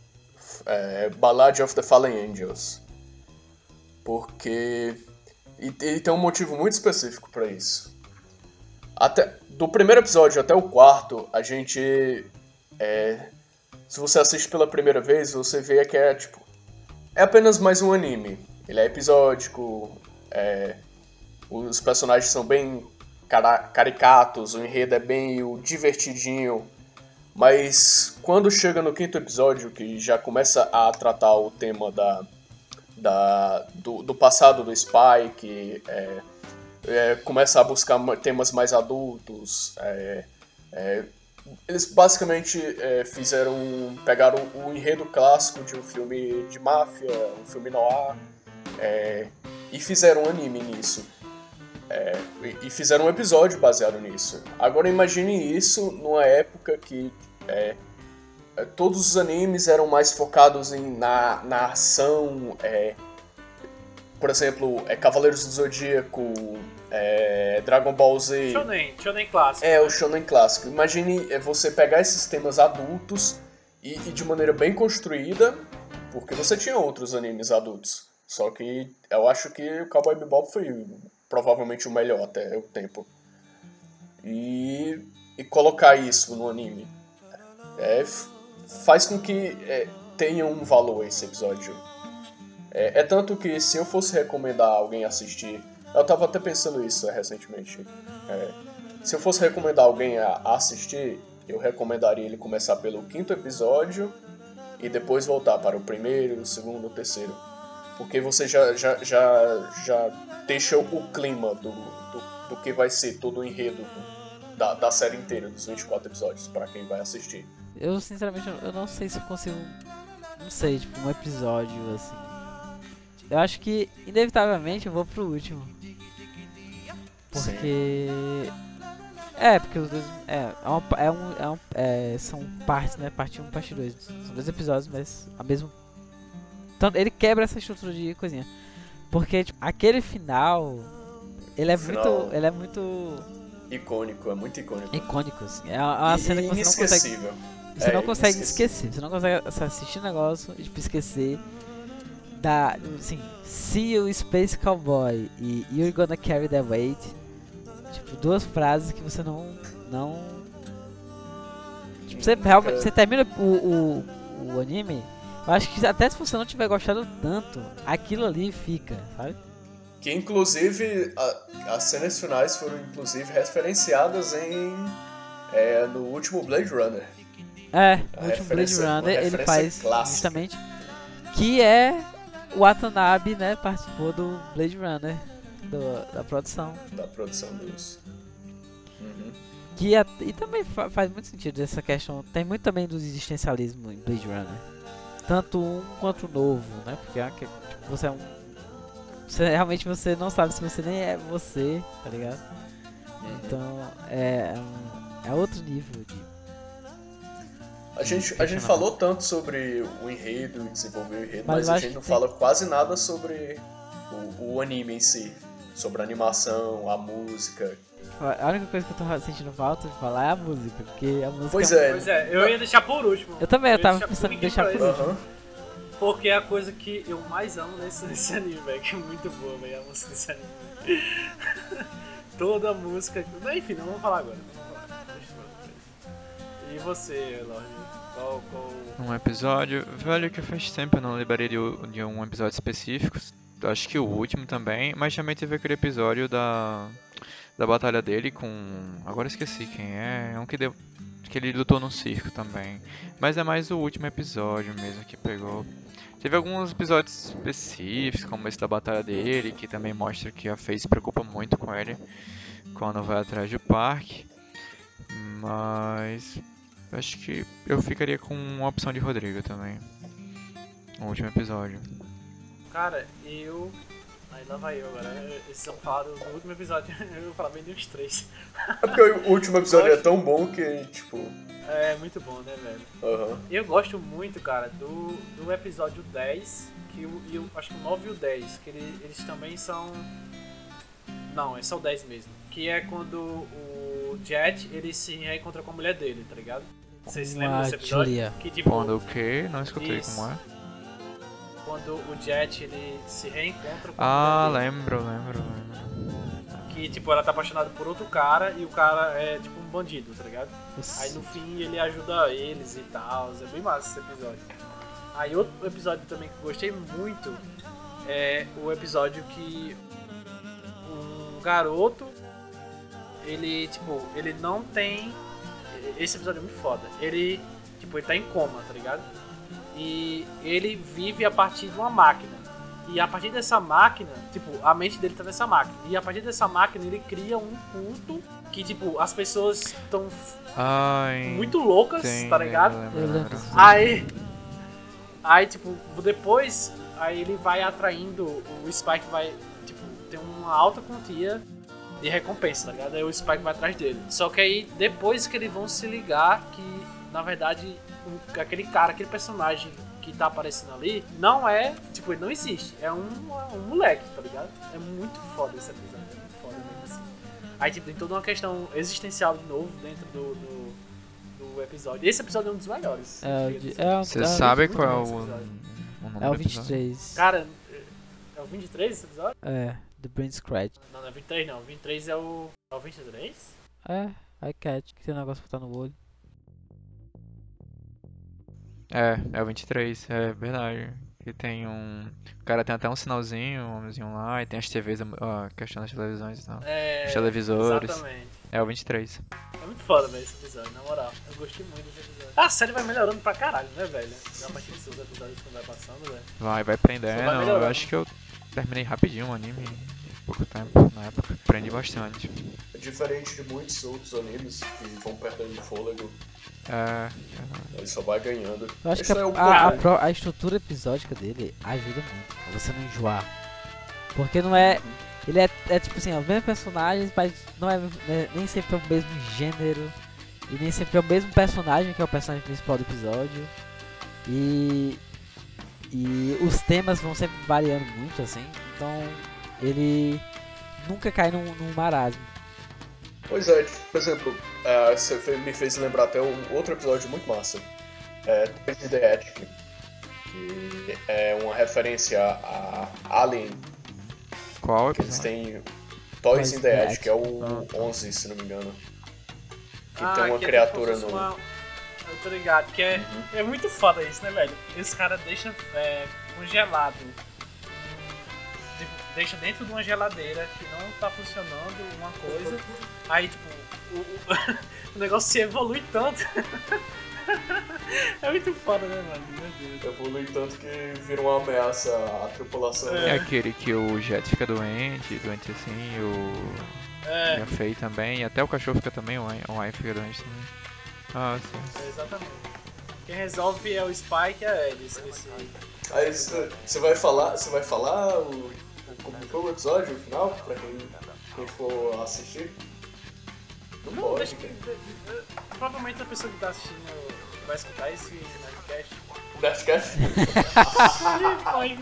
É, Ballad of the Fallen Angels. Porque. E, e tem um motivo muito específico pra isso. Até, do primeiro episódio até o quarto, a gente. É, se você assiste pela primeira vez, você vê que é tipo. É apenas mais um anime. Ele é episódico. É, os personagens são bem cara- caricatos, o enredo é bem o divertidinho. Mas quando chega no quinto episódio, que já começa a tratar o tema da, da, do, do passado do Spike, é, é, começa a buscar ma- temas mais adultos, é, é, eles basicamente é, fizeram, pegaram o enredo clássico de um filme de máfia, um filme noir, é, e fizeram um anime nisso. É, e- e fizeram um episódio baseado nisso. Agora imagine isso numa época que é, é, todos os animes eram mais focados em, na, na ação. É, por exemplo, é, Cavaleiros do Zodíaco, é, Dragon Ball Z. Shonen, Shonen clássico. É, o shonen clássico. Imagine é, você pegar esses temas adultos e, e de maneira bem construída, porque você tinha outros animes adultos. Só que eu acho que o Cowboy Bebop foi provavelmente o melhor até o tempo. E, e colocar isso no anime é, f- faz com que é, tenha um valor esse episódio. É, é tanto que se eu fosse recomendar alguém assistir, eu tava até pensando isso é, recentemente. É, se eu fosse recomendar alguém a a assistir, eu recomendaria ele começar pelo quinto episódio e depois voltar para o primeiro, o segundo, o terceiro. Porque você já, já, já, já deixa o clima do, do, do que vai ser todo o enredo da, da série inteira, dos vinte e quatro episódios, para quem vai assistir. Eu, sinceramente, eu não sei se eu consigo. Não sei, tipo, um episódio assim. Eu acho que, inevitavelmente, eu vou pro último. Porque. É, porque os dois. É, é, uma, pa- é um. É um é, são partes, né? Parte um e parte dois. São dois episódios, mas a mesma. Tanto, ele quebra essa estrutura de coisinha. Porque, tipo, aquele final. Ele é Final. muito. Ele é muito Icônico, é muito icônico. icônico, assim. É uma, é uma E- cena e que você não consegue. inesquecível. Você É, não consegue inesquecível. esquecer, você não consegue assim, assistir um negócio e tipo, esquecer da, assim, See You Space Cowboy e You're Gonna Carry That Weight. Tipo, duas frases que você não, não, tipo, você realmente, você termina o, o, o anime, eu acho que até se você não tiver gostado tanto, aquilo ali fica, sabe? Que inclusive a, as cenas finais foram inclusive referenciadas em é, no último Blade Runner. É, A no último Blade referência- uma Runner ele referência faz clássica. justamente que é o Watanabe, né, participou do Blade Runner, do- da produção. Da produção dos. Uhum. Que é- e também fa- faz muito sentido essa questão. Tem muito também do existencialismo em Blade Runner. Tanto um quanto o novo, né? Porque é uma que- tipo, você é um. Você, realmente você não sabe se você nem é você, tá ligado? Então é, é, um- é outro nível de. A gente, a gente falou tanto sobre o enredo e desenvolver o enredo, Mas mas, eu a acho gente não que tem- fala quase nada sobre o, o anime em si. Sobre a animação, a música. A única coisa que eu tô sentindo falta de falar é a música, porque a música. Pois é. é. Pois é, eu ia deixar por último. Eu também, eu ia tava deixar pensando em por deixar por último. último. Aham. Porque é a coisa que eu mais amo nesse, nesse anime, velho. Que é muito boa, velho. A música desse anime. Toda a música. Enfim, não vamos falar agora. Não vamos falar. Deixa eu falar. E você, Lorde? Qual, qual... Um episódio, velho, que faz tempo eu não lembrei de, u- de um episódio específico. Acho que o último também, mas também teve aquele episódio da da batalha dele com, agora eu esqueci quem é, é um que deu que ele lutou no circo também. Mas é mais o último episódio mesmo que pegou. Teve alguns episódios específicos, como esse da batalha dele, que também mostra que a Faye se preocupa muito com ele quando vai atrás do parque. Mas acho que eu ficaria com uma opção de Rodrigo também. O último episódio. Cara, eu. Aí lá vai eu agora. Esses são falados no último episódio. Eu vou falar bem de uns três. É porque o último episódio é tão bom que, tipo. É muito bom, né, velho? Aham. Eu gosto muito, cara, do, do episódio dez, que o, e eu acho que o nove e o dez, que ele, eles também são... Não, é só o dez mesmo. Que é quando o Jet, ele se reencontra com a mulher dele, tá ligado? Vocês se lembram Com a desse episódio? Julia. Que tipo, Quando o quê? Não escutei Isso. como é. quando o Jet, ele se reencontra com Ah, a mulher dele. lembro, lembro, lembro. Que tipo, ela tá apaixonada por outro cara e o cara é tipo um bandido, tá ligado? Aí no fim ele ajuda eles e tal, é bem massa esse episódio. Aí outro episódio também que eu gostei muito é o episódio que um garoto, ele tipo, ele não tem... Esse episódio é muito foda. Ele, tipo, ele tá em coma, tá ligado? E ele vive a partir de uma máquina. E a partir dessa máquina, tipo, a mente dele tá nessa máquina. E a partir dessa máquina ele cria um culto que, tipo, as pessoas estão Ai. muito loucas, tem, tá ligado? lembro, Eu lembro, lembro. lembro. Aí, aí, tipo, depois, aí ele vai atraindo, o Spike vai, tipo, ter uma alta quantia de recompensa, tá ligado? Aí o Spike vai atrás dele. Só que aí, depois que eles vão se ligar que, na verdade, o- aquele cara, aquele personagem que tá aparecendo ali, não é, tipo, ele não existe. É um, um moleque, tá ligado? É muito foda esse episódio, é muito foda mesmo assim. Aí, tipo, tem toda uma questão existencial de novo dentro do, do, do episódio. Esse episódio é um dos melhores. É, o chega a de- dizer. é, o- Você é, o- sabe muito qual é bom o, esse episódio. o nome é o do episódio? vinte e três. Cara, é o vinte e três esse episódio? É, The Brain Scratch. Não, não é vinte e três não. vinte e três é o. É o vinte e três? É, Eye Catch, que tem um negócio pra botar no olho. É, é o vinte e três, é verdade. E tem um. O cara tem até um sinalzinho, um homenzinho lá, e tem as T Vs, a questão das televisões e tal. É. Os televisores. Exatamente. É o vinte e três. É muito foda, velho, esse episódio, na moral. Eu gostei muito desse episódio. Ah, a série vai melhorando pra caralho, né, velho? A partir dos seus episódios que vai passando, velho. Vai, vai Só prendendo. vai eu melhorando. acho que eu terminei rapidinho o anime, em pouco tempo, na época. Aprendi bastante. É diferente de muitos outros animes que vão perdendo fôlego, É. ele só vai ganhando. Eu acho Esse que a, é o a, a, ponto. pro- a estrutura episódica dele ajuda muito, pra você não enjoar. Porque não é. Ele é, é tipo assim, ó, os mesmos personagens, mas não é, né, nem sempre é o mesmo gênero. E nem sempre é o mesmo personagem, que é o personagem principal do episódio. E. E os temas vão sempre variando muito, assim. Então ele nunca cai num, num marasmo. Pois é, por exemplo, ah, você fe- me fez lembrar até um outro episódio muito massa. É Toys in the Attic, que é uma referência a Alien, Qual que eles episódio? têm Toys Toys in the Attic, que é Ah, o tá. onze, se não me engano. Que Ah, tem uma que é criatura tipo no... como se fosse uma- Eu tô ligado, que é, Uhum. é muito foda isso, né, velho? Esse cara deixa é, congelado. Tipo, deixa dentro de uma geladeira que não tá funcionando uma coisa. Aí, tipo, o, o, o negócio se evolui tanto. É muito foda, né, mano? Meu Deus. Evolui tanto que vira uma ameaça à tripulação. É aquele que o Jet fica doente, doente assim, o... É, E a Faye também, e até o cachorro fica também, o Ryan- o Ryan fica doente também. Ah, sim. é, exatamente. Quem resolve é o Spike e a Ellie, esqueci. Aí você vai falar, você vai falar o, como foi o episódio, o final, pra quem, quem for assistir? Não, Não, pode, deixa que. cara. de- de- Provavelmente a pessoa que tá assistindo vai escutar esse Nerdcast. Nerdcast? Pode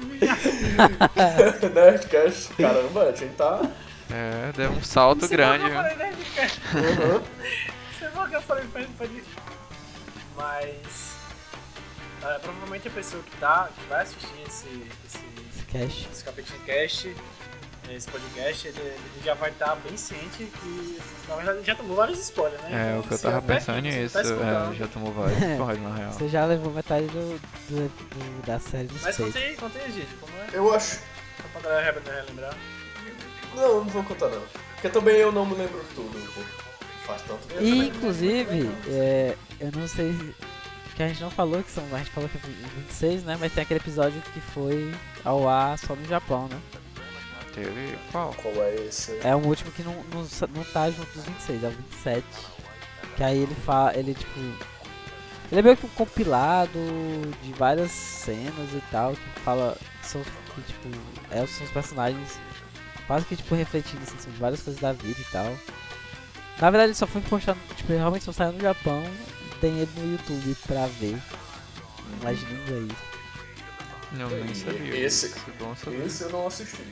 Nerdcast, caramba, a gente tá... É, deu um salto grande, Eu viu? falei Nerdcast. Uhum. Você viu que eu falei pra ele, pode. Mas. é, provavelmente a pessoa que, tá, que vai assistir esse, esse, Cash. esse Capetinho Cast, esse podcast, ele, ele já vai estar bem ciente que, na verdade, ele já tomou vários spoilers, né? É, Então, o que eu se tava até pensando aqui, se nisso, você tá é, escutando, já tomou vários porras na real. Você já levou metade do, do- do- da série no Mas peito. contei, contei, gente, como é? Eu acho... Só pra galera re- relembrar. Não, não vou contar não. Porque também eu não me lembro de tudo, pô. Faz tanto tempo. E, inclusive, é, eu não sei que a gente não falou, que são, a gente falou que é vinte e seis, né? Mas tem aquele episódio que foi ao ar só no Japão, né? Teve qual? Qual é esse? É um último que não, não, sa- não tá junto dos vinte e seis, é o vinte e sete. Que aí ele fala, ele tipo... Ele é meio que um compilado de várias cenas e tal, que fala, que são, que, tipo, é, são os personagens quase que tipo refletindo assim, sobre várias coisas da vida e tal. Na verdade ele só foi postado, tipo, ele realmente só saiu no Japão, tem ele no YouTube pra ver. Imaginando aí. Não, nem E- sabia. esse- Isso é bom saber. Esse eu não assisti.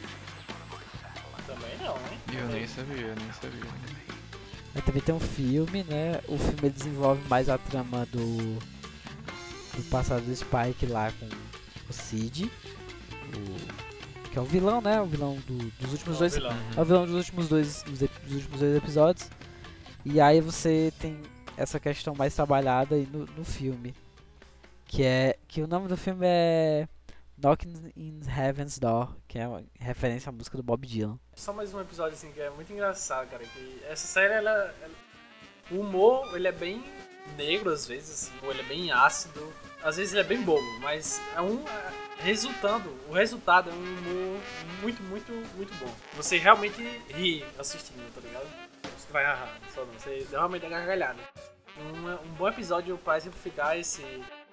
Também não, hein? Eu nem sabia, nem sabia. Aí também tem um filme, né? O filme ele desenvolve mais a trama do, do passado do Spike lá com o Sid, o, que é o vilão, né? O vilão do- dos últimos Não, dois. vilão. É o vilão dos últimos dois, dos, ep- dos últimos dois episódios. E aí você tem essa questão mais trabalhada aí no, no filme, que é que o nome do filme é Knocking in Heaven's Door, que é uma referência à música do Bob Dylan. Só mais um episódio assim que é muito engraçado, cara. Que essa série, ela, ela- o humor, ele é bem negro às vezes, assim, ou ele é bem ácido. Às vezes ele é bem bobo, mas é um é, resultando, o resultado é um humor muito, muito, muito bom. Você realmente ri assistindo, tá ligado? Você vai haha, só não, você realmente dá gargalhada. Um, um bom episódio para exemplificar esse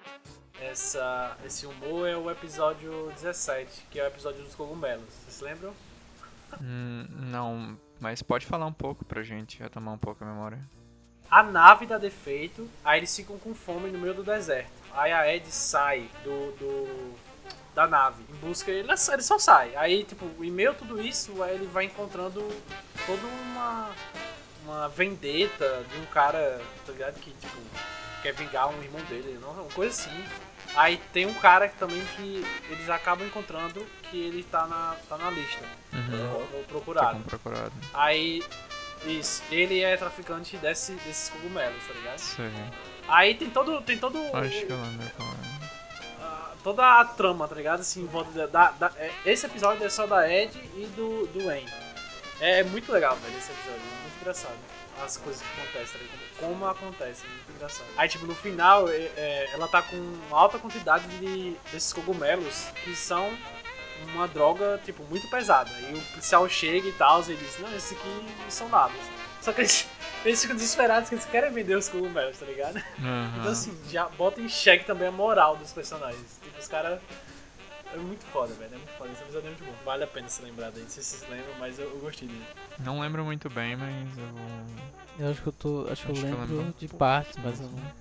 essa esse humor é o episódio dezessete, que é o episódio dos cogumelos. Vocês se lembram? Hum, não, mas pode falar um pouco pra gente, retomar um pouco a memória. A nave dá defeito, aí eles ficam com fome no meio do deserto. Aí a Ed sai do, do da nave em busca, ele, ele só sai. Aí, tipo, em meio a tudo isso, aí ele vai encontrando toda uma uma vendetta de um cara, tá ligado? Que, tipo, quer vingar um irmão dele, não, uma coisa assim. Aí tem um cara que também que eles acabam encontrando que ele tá na, tá na lista, Uhum. como procurado. Como procurado. Aí, isso, ele é traficante desse, desses cogumelos, tá ligado? Sei. Aí tem todo, tem todo Acho que eu lembro qual é. a- toda a trama, tá ligado? Assim, em volta da, da- da- é, esse episódio é só da Ed e do, do Wayne. É muito legal, velho, esse episódio, é muito engraçado. As coisas que acontecem, tá ligado? Como, como acontece, é muito engraçado. Aí, tipo, no final, é- é, ela tá com alta quantidade de, desses cogumelos que são uma droga, tipo, muito pesada. E o policial chega e tal, e diz, não, esses aqui não são nada. Só que eles, eles ficam desesperados que eles querem vender os cogumelos, tá ligado? Uhum. Então assim, já bota em xeque também a moral dos personagens. Tipo, os caras... É muito foda, velho. É muito foda. Esse episódio é muito bom. Vale a pena se lembrar daí. Não sei se vocês lembram, mas eu, eu gostei dele. Não lembro muito bem, mas eu vou... Eu acho que eu tô. Acho que eu Acho que eu lembro lembro de um partes, mas eu não.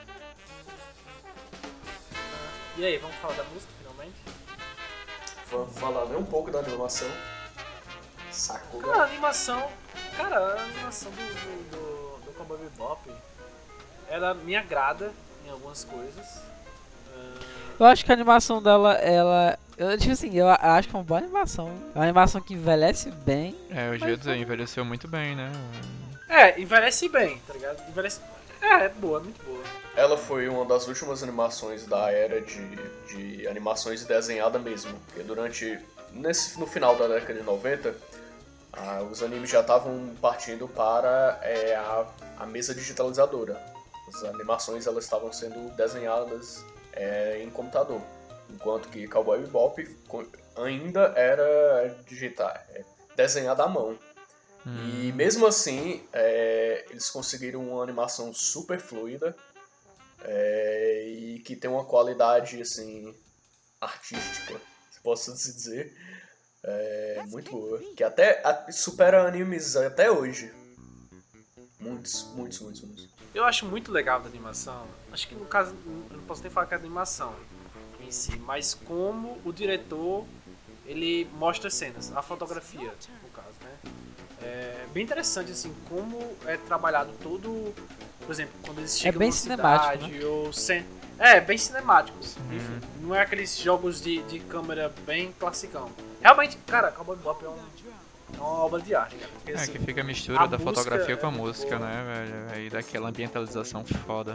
E aí, vamos falar da música finalmente? Vamos falar nem um pouco da animação. Saco, Cara, a animação... Cara, a animação do, do, do, do Cowboy Bebop... Ela me agrada em algumas coisas. Ah, Eu acho que a animação dela, ela. Eu, tipo assim, eu a- acho que é uma boa animação. É uma animação que envelhece bem. É, eu já ia dizer, envelheceu muito bem, né? É, envelhece bem, tá ligado? Envelhece... É, é boa, muito boa. Ela foi uma das últimas animações da era de, de animações desenhada mesmo. Porque durante. Nesse, no final da década de noventa, ah, os animes já estavam partindo para é, a, a mesa digitalizadora. As animações elas estavam sendo desenhadas é, em computador. Enquanto que Cowboy Bebop ainda era digital, é, desenhada à mão. Hum. E mesmo assim, é, eles conseguiram uma animação super fluida é, e que tem uma qualidade assim, artística, se posso dizer, é, muito boa. Que até supera animes até hoje. Muitos, muitos, muitos, muitos. Eu acho muito legal da animação. Acho que no caso, eu não posso nem falar que é a animação em si, mas como o diretor ele mostra cenas, a fotografia, no caso, né? É bem interessante assim como é trabalhado todo, por exemplo, quando eles chegam é bem numa cinemático, cidade né? ou cen... é bem cinemático. Enfim, não é aqueles jogos de, de câmera bem classicão. Realmente, cara, Cowboy Bebop é, um, é uma obra de arte, cara. Porque, é assim, que fica a mistura a da fotografia música com a é muito música, boa. né, velho? Aí daquela ambientalização foda.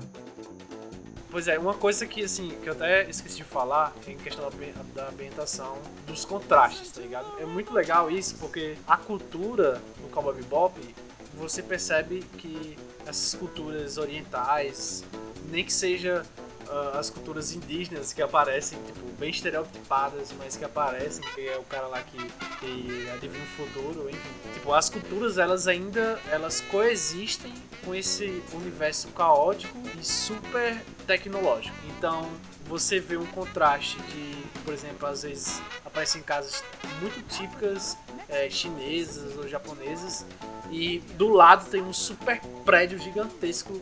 Pois é, uma coisa que assim, que eu até esqueci de falar em questão da ambientação, dos contrastes, tá ligado? É muito legal isso, porque a cultura no Cowboy Bebop, você percebe que essas culturas orientais, nem que seja uh, as culturas indígenas que aparecem, tipo, bem estereotipadas, mas que aparecem, que é o cara lá que, que adivinha o futuro, enfim. Tipo, as culturas, elas ainda, elas coexistem com esse universo caótico e super tecnológico. Então, você vê um contraste de, por exemplo, às vezes aparecem casas muito típicas é, chinesas ou japonesas e do lado tem um super prédio gigantesco,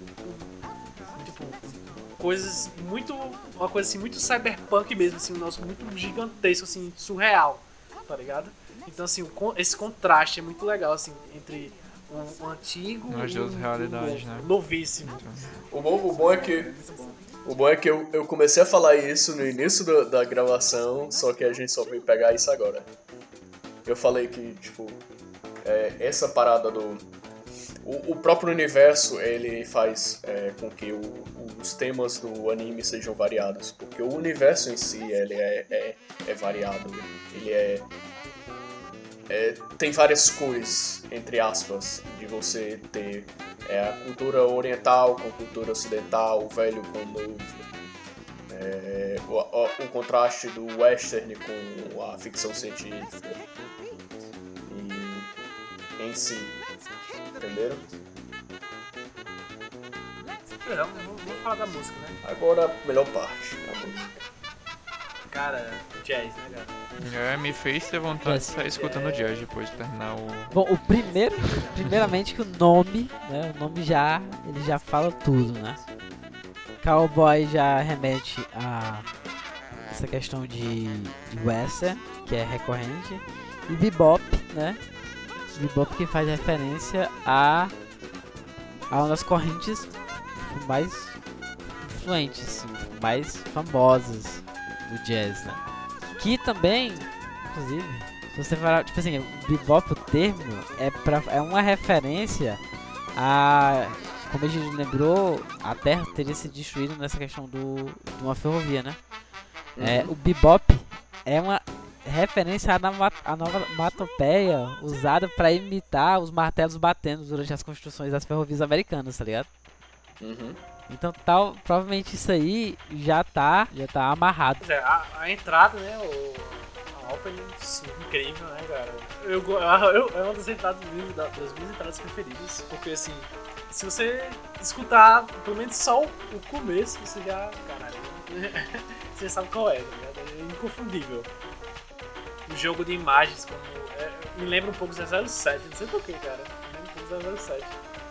tipo, coisas muito, uma coisa assim muito cyberpunk mesmo, assim, um negócio muito gigantesco, assim, surreal, tá ligado? Então, assim, esse contraste é muito legal, assim, entre um, um antigo As e duas um, realidades, um né? novíssimo. O bom, o bom é que, o bom é que eu, eu comecei a falar isso no início do, da gravação, só que a gente só veio pegar isso agora. Eu falei que, tipo, é, essa parada do... O, o próprio universo, ele faz é, com que o, os temas do anime sejam variados, porque o universo em si, ele é, é, é variado, ele é... É, tem várias cores, entre aspas, de você ter é, a cultura oriental com a cultura ocidental, o velho com o novo, é, o, o, o contraste do western com a ficção científica e em si, entenderam? É, vamos, vamos falar da música, né? Agora a melhor parte, a música. Cara, jazz, né, cara? É, me fez ter vontade Yes. de sair escutando jazz depois de terminar o... Bom, o primeiro, primeiramente que o nome, né, o nome já, ele já fala tudo, né? Cowboy já remete a essa questão de, de western, que é recorrente, e bebop, né? Bebop que faz referência a, a uma das correntes mais influentes, assim, mais famosas do jazz, né? Que também, inclusive, se você falar, tipo assim, bebop, o termo é, pra, é uma referência a, como a gente lembrou, a Terra teria sido destruída nessa questão do, de uma ferrovia, né? Uhum. É, o bebop é uma referência à onomatopeia usada para imitar os martelos batendo durante as construções das ferrovias americanas, tá ligado? Uhum. Então tal, provavelmente isso aí já tá, já tá amarrado. Pois é, a, a entrada, né, o, a opening, incrível, né, cara? Eu, eu, é uma das entradas minhas, das minhas entradas preferidas, porque assim, se você escutar pelo menos só o, o começo, você já, caralho, você já sabe qual é, tá ligado? É inconfundível. O jogo de imagens, como, é, me lembra um pouco do zero sete, não sei porquê, cara, me lembra um pouco do zero sete.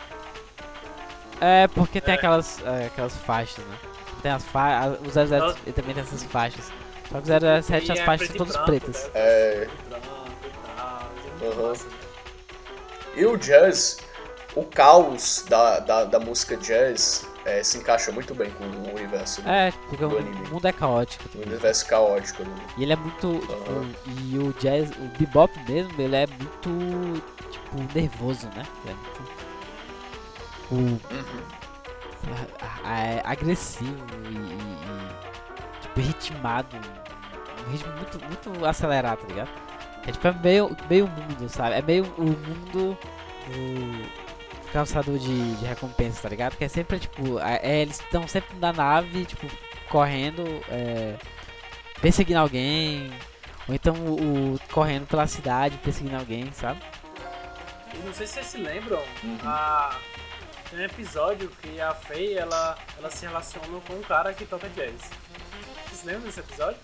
É, porque tem É. aquelas, é, aquelas faixas, né? Tem as faixas, o zero zero Nossa. ele também tem essas faixas. Só que o zero zero sete E as é faixas preto são e todas branco, pretas. né? É, Preto e branco e tal, é muito Uhum. massa. e o jazz, o caos da, da, da música jazz é, se encaixa muito bem com o universo, do, É, porque do o anime. mundo é caótico. o também. universo caótico. Né? E ele é muito. Uhum. Tipo, e o jazz, o bebop mesmo, ele é muito. Tipo, nervoso, né? Ele é muito. O, Uhum. é, agressivo e, e, e tipo, ritmado, um ritmo muito, muito acelerado, tá ligado? É tipo, é meio, meio mundo, sabe? É meio o mundo do caçador de, de recompensa, tá ligado? Que é sempre, tipo, é, eles estão sempre na nave, tipo, correndo, é, perseguindo alguém, ou então o, o- correndo pela cidade, perseguindo alguém, sabe? E não sei se vocês se lembram, a... tem um episódio que a Faye, ela, ela se relaciona com um cara que toca jazz. Vocês lembram desse episódio?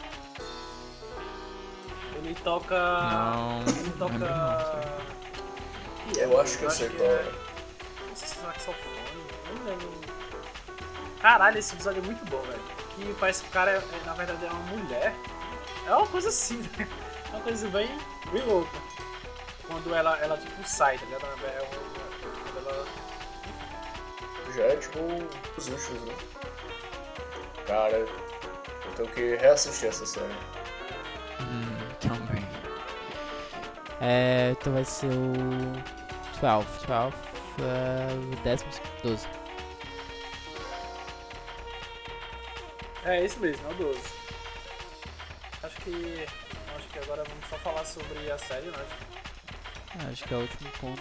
Ele toca... Não, Ele não toca... lembro não, Que é, Eu acho que eu sei qual é. Não sei se é saxofone, não lembro. Caralho, esse episódio é muito bom, velho. Que parece que o cara, é, é, na verdade, é uma mulher. É uma coisa assim, né? É uma coisa bem, bem louca. Quando ela, ela tipo, sai, tá ligado? É uma- Quando ela... Já é tipo os últimos, né? Cara, eu tenho que reassistir essa série. Hum, também. É, então vai ser o doze, doze, é, o décimo, doze. É esse mesmo, é o doze. Acho que... Acho que agora vamos só falar sobre a série, né? Ah, acho que é o último ponto.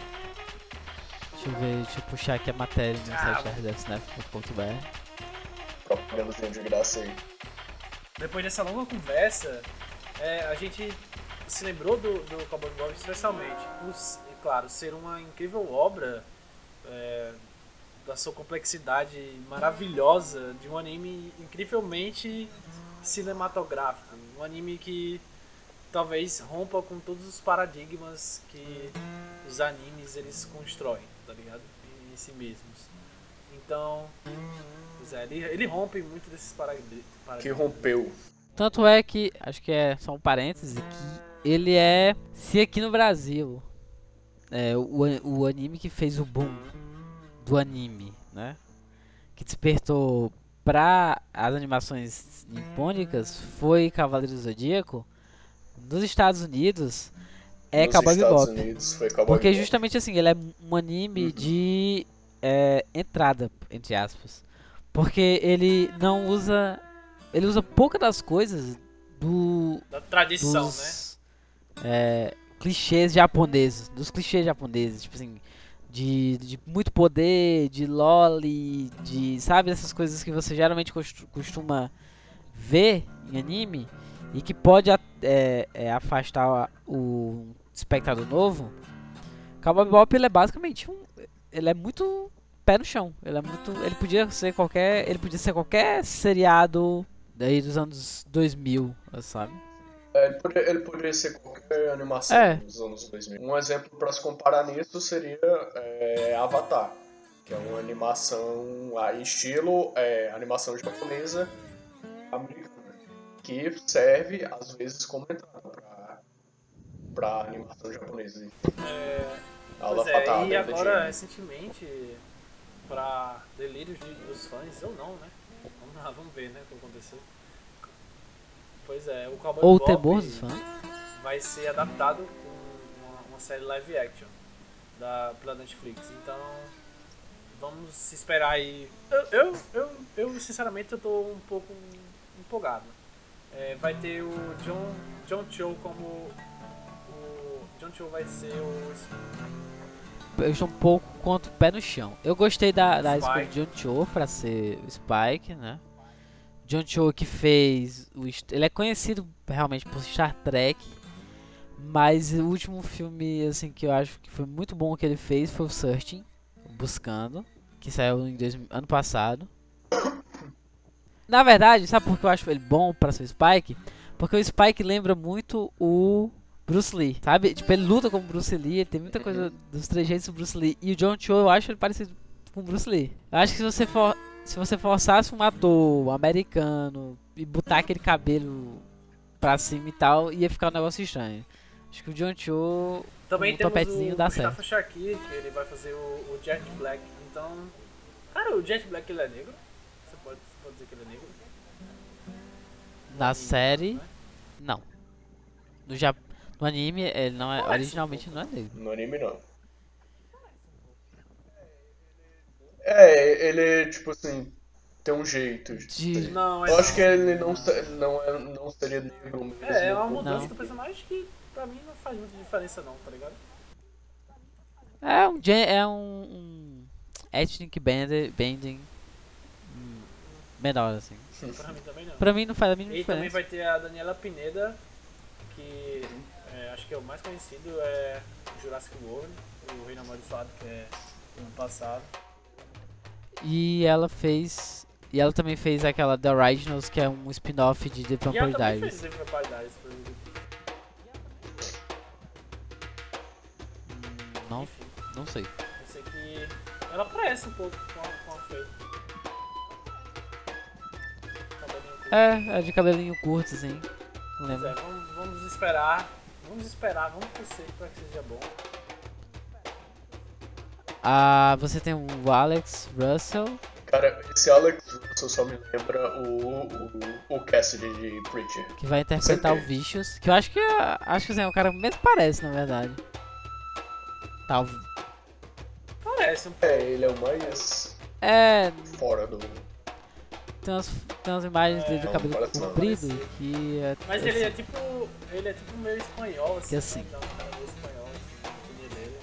Deixa eu ver, deixa eu puxar aqui a matéria no Ah, site r d f snap ponto b r. Propagandazinha de graça aí. Depois dessa longa conversa, é, a gente se lembrou do, do Cowboy Bebop especialmente por, é claro, ser uma incrível obra é, da sua complexidade maravilhosa, de um anime incrivelmente cinematográfico, um anime que talvez rompa com todos os paradigmas que os animes eles constroem, tá ligado? Em, em si mesmos. Então, pois é, ele, ele rompe muito desses paradigmas. Que rompeu. Tanto é que, acho que é só um parêntese, que ele é, se aqui no Brasil, é, o, o anime que fez o boom do anime, né? Que despertou para as animações nipônicas foi Cavaleiro do Zodíaco. Nos Estados Unidos é Nos Cowboy Estados Bebop. Unidos foi Cowboy Porque Bebop. justamente assim, ele é um anime Uhum. de é, entrada, entre aspas. Porque ele não usa. Ele usa pouca das coisas do. Da tradição, né? dos é, clichês japoneses. Dos clichês japoneses, tipo assim. De, de muito poder, de loli, de. Sabe, essas coisas que você geralmente costu- costuma ver em anime e que pode a- é, é, afastar o espectador novo. Cowboy Bebop ele é basicamente um, ele é muito pé no chão. Ele é muito, ele podia ser qualquer, ele podia ser qualquer seriado daí dos anos dois mil, sabe? É, ele, poderia, ele poderia ser qualquer animação É. dos anos dois mil. Um exemplo para se comparar nisso seria é, Avatar, que é uma animação ah, em estilo é, animação japonesa americana, que serve às vezes como entrada para para animação japonesa. É, Aula pois é, fatal, e né, agora, de- recentemente, pra delírios de- dos fãs, ou não, né? Vamos lá, vamos ver, né, o que vai acontecer. Pois é, o Cowboy Ou o Bebop temor dos fãs. vai ser adaptado com uma, uma série live action da, pela Netflix. Então, vamos esperar aí. Eu, eu, eu, eu, sinceramente, eu tô um pouco empolgado. É, vai ter o John, John Cho como... O John Cho vai ser o... Eu estou um pouco contra o pé no chão. Eu gostei da, da Spike. escolha de John Cho pra ser o Spike, né? John Cho que fez o, est- ele é conhecido realmente por Star Trek, mas o último filme assim que eu acho que foi muito bom que ele fez foi o Searching, Buscando, que saiu em dois mil ano passado. Na verdade, sabe por que eu acho ele bom pra ser o Spike? Porque o Spike lembra muito o Bruce Lee, sabe? Tipo, ele luta como Bruce Lee, ele tem muita coisa dos trejeitos do Bruce Lee. E o John Cho, eu acho ele parecido com o Bruce Lee. Eu acho que se você for, se você forçasse um ator americano e botar aquele cabelo pra cima e tal, ia ficar um negócio estranho. Acho que o John Cho, Também um temos topetezinho o dá Mustafa certo. Shakir, que ele vai fazer o, o Jet Black. Então, cara, o Jet Black ele é negro? Você pode, você pode dizer que ele é negro? Na série, Né? não. No, Jap... no anime, ele não é, Parece um originalmente pouco. não é negro. No anime não. É, ele, tipo assim, tem um jeito. de De- ser. Não, Eu é, acho que ele não, se- não, é, não seria negro mesmo. é, é uma mudança Não. do personagem que pra mim não faz muita diferença não, tá ligado? É um, gen- é um, um ethnic bend- bending hum, menor, assim. Pra mim também não. Pra mim não faz a mínima E também diferença. vai ter a Daniela Pineda, que é, acho que é o mais conhecido, é Jurassic World, o Reino Amaldiçoado, que é do ano passado. E ela fez. E ela também fez aquela The Originals, que é um spin-off de The E ela Vampire também Diaries. fez The Vampire Diaries, por exemplo. Hum, Não, Enfim, não sei. eu sei que ela parece um pouco com a, com a Faye. Cabelinho curto. É, é de cabelinho curto, assim. Não Pois lembro. é, vamos, vamos esperar, vamos esperar, vamos torcer pra que seja bom. Ah, você tem o Alex Russell, Cara, esse Alex Russell só me lembra o, o, o Cassidy de Preacher. que vai interpretar o Sempre. Vicious, que eu acho que é- acho que assim, é o cara que menos parece, na verdade. Tal. Parece um pouco. É, ele é o mais É, fora do... tem umas, tem umas imagens dele do não, cabelo parece não. comprido Parece. que é, Mas assim, ele é tipo. Ele é tipo meio espanhol, assim. Que assim. Né? Então, um cara meio espanhol, assim, a etnia dele.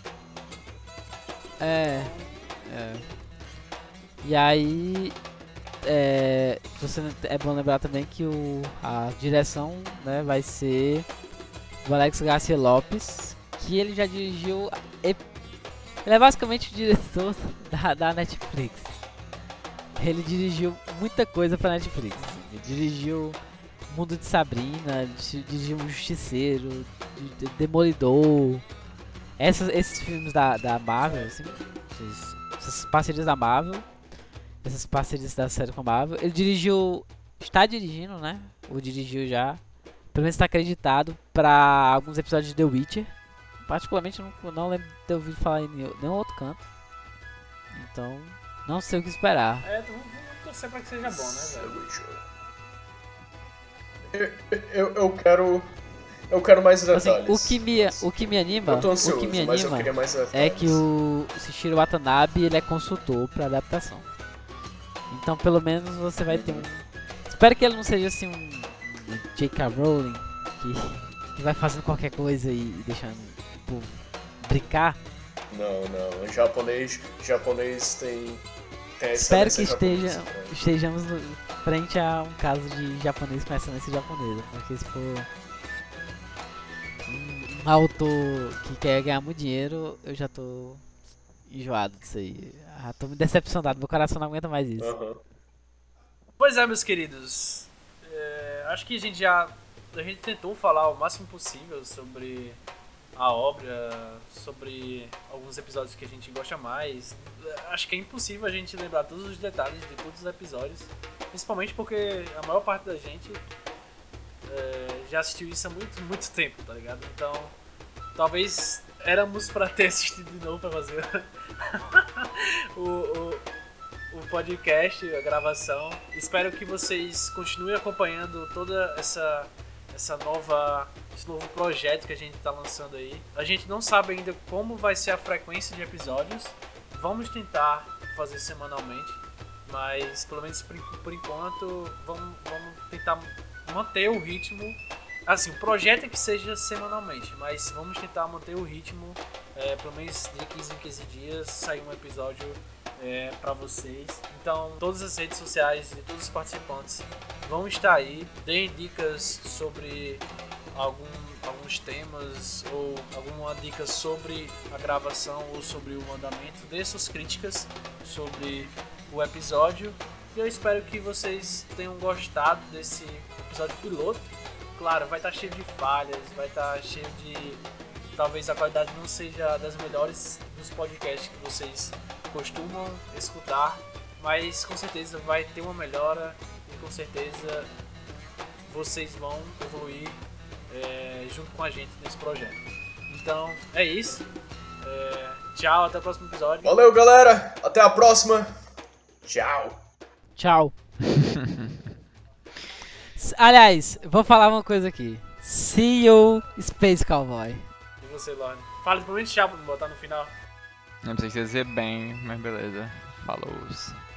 é, é. E aí é, você é bom lembrar também que o a direção, né, vai ser do Alex Garcia Lopes, que ele já dirigiu ep- ele é basicamente o diretor da, da Netflix. Ele dirigiu muita coisa pra Netflix. Assim. Ele dirigiu Mundo de Sabrina, ele di- dirigiu O Justiceiro, de- de- Demolidor. Essas, esses filmes da, da Marvel, assim, esses- essas parcerias da Marvel, essas parcerias da série com a Marvel. Ele dirigiu, está dirigindo, né? Ou dirigiu já. Pelo menos está acreditado pra alguns episódios de The Witcher. Particularmente eu não, não lembro de ter ouvido falar em nenhum nenhum outro canto. Então, não sei o que esperar. É, então vamos, vamos torcer pra que seja bom, né, velho? Eu, eu, eu quero... Eu quero mais Assim, detalhes. o que me, o que me anima, Eu tô ansioso, o que me mas eu anima queria mais detalhes. é que o Shishiro Watanabe, ele é consultor pra adaptação. Então, pelo menos você vai ter um... Espero que ele não seja assim um, um J K. Rowling, que, que vai fazendo qualquer coisa e, e deixando o povo brincar. Não, não. Japonês, japonês tem... tem essa Espero essa que japonesa, esteja, né? estejamos no, frente a um caso de japonês com excelência japonesa. Porque se for um, um autor que quer ganhar muito dinheiro, eu já tô enjoado disso aí. Ah, tô me decepcionado, meu coração não aguenta mais isso. Aham. Pois é, meus queridos. É, acho que a gente já. A gente tentou falar o máximo possível sobre a obra, sobre alguns episódios que a gente gosta mais. Acho que é impossível a gente lembrar todos os detalhes de todos os episódios. Principalmente porque a maior parte da gente é, já assistiu isso há muito, muito tempo, tá ligado? Então, talvez éramos pra ter assistido de novo pra fazer o, o, o podcast, a gravação. Espero que vocês continuem acompanhando toda essa, essa nova, esse novo projeto que a gente tá lançando aí. A gente não sabe ainda como vai ser a frequência de episódios. Vamos tentar fazer semanalmente, mas pelo menos por, por enquanto vamos, vamos tentar manter o ritmo. Assim, o projeto é que seja semanalmente, mas vamos tentar manter o ritmo, é, pelo menos de quinze em quinze dias, sair um episódio é, para vocês. Então, todas as redes sociais de todos os participantes vão estar aí. Deem dicas sobre algum, alguns temas ou alguma dica sobre a gravação ou sobre o andamento. Dê suas críticas sobre o episódio. E eu espero que vocês tenham gostado desse episódio piloto. Claro, vai estar cheio de falhas, vai estar cheio de... Talvez a qualidade não seja das melhores dos podcasts que vocês costumam escutar, mas com certeza vai ter uma melhora e com certeza vocês vão evoluir é, junto com a gente nesse projeto. Então, é isso. É, tchau, até o próximo episódio. Valeu, galera. Até a próxima. Tchau. Tchau. S- Aliás, vou falar uma coisa aqui. See you, Space Cowboy. E você, Lorne? Fala pelo menos tchau pra me botar no final. Não precisa dizer bem, mas beleza. Falou!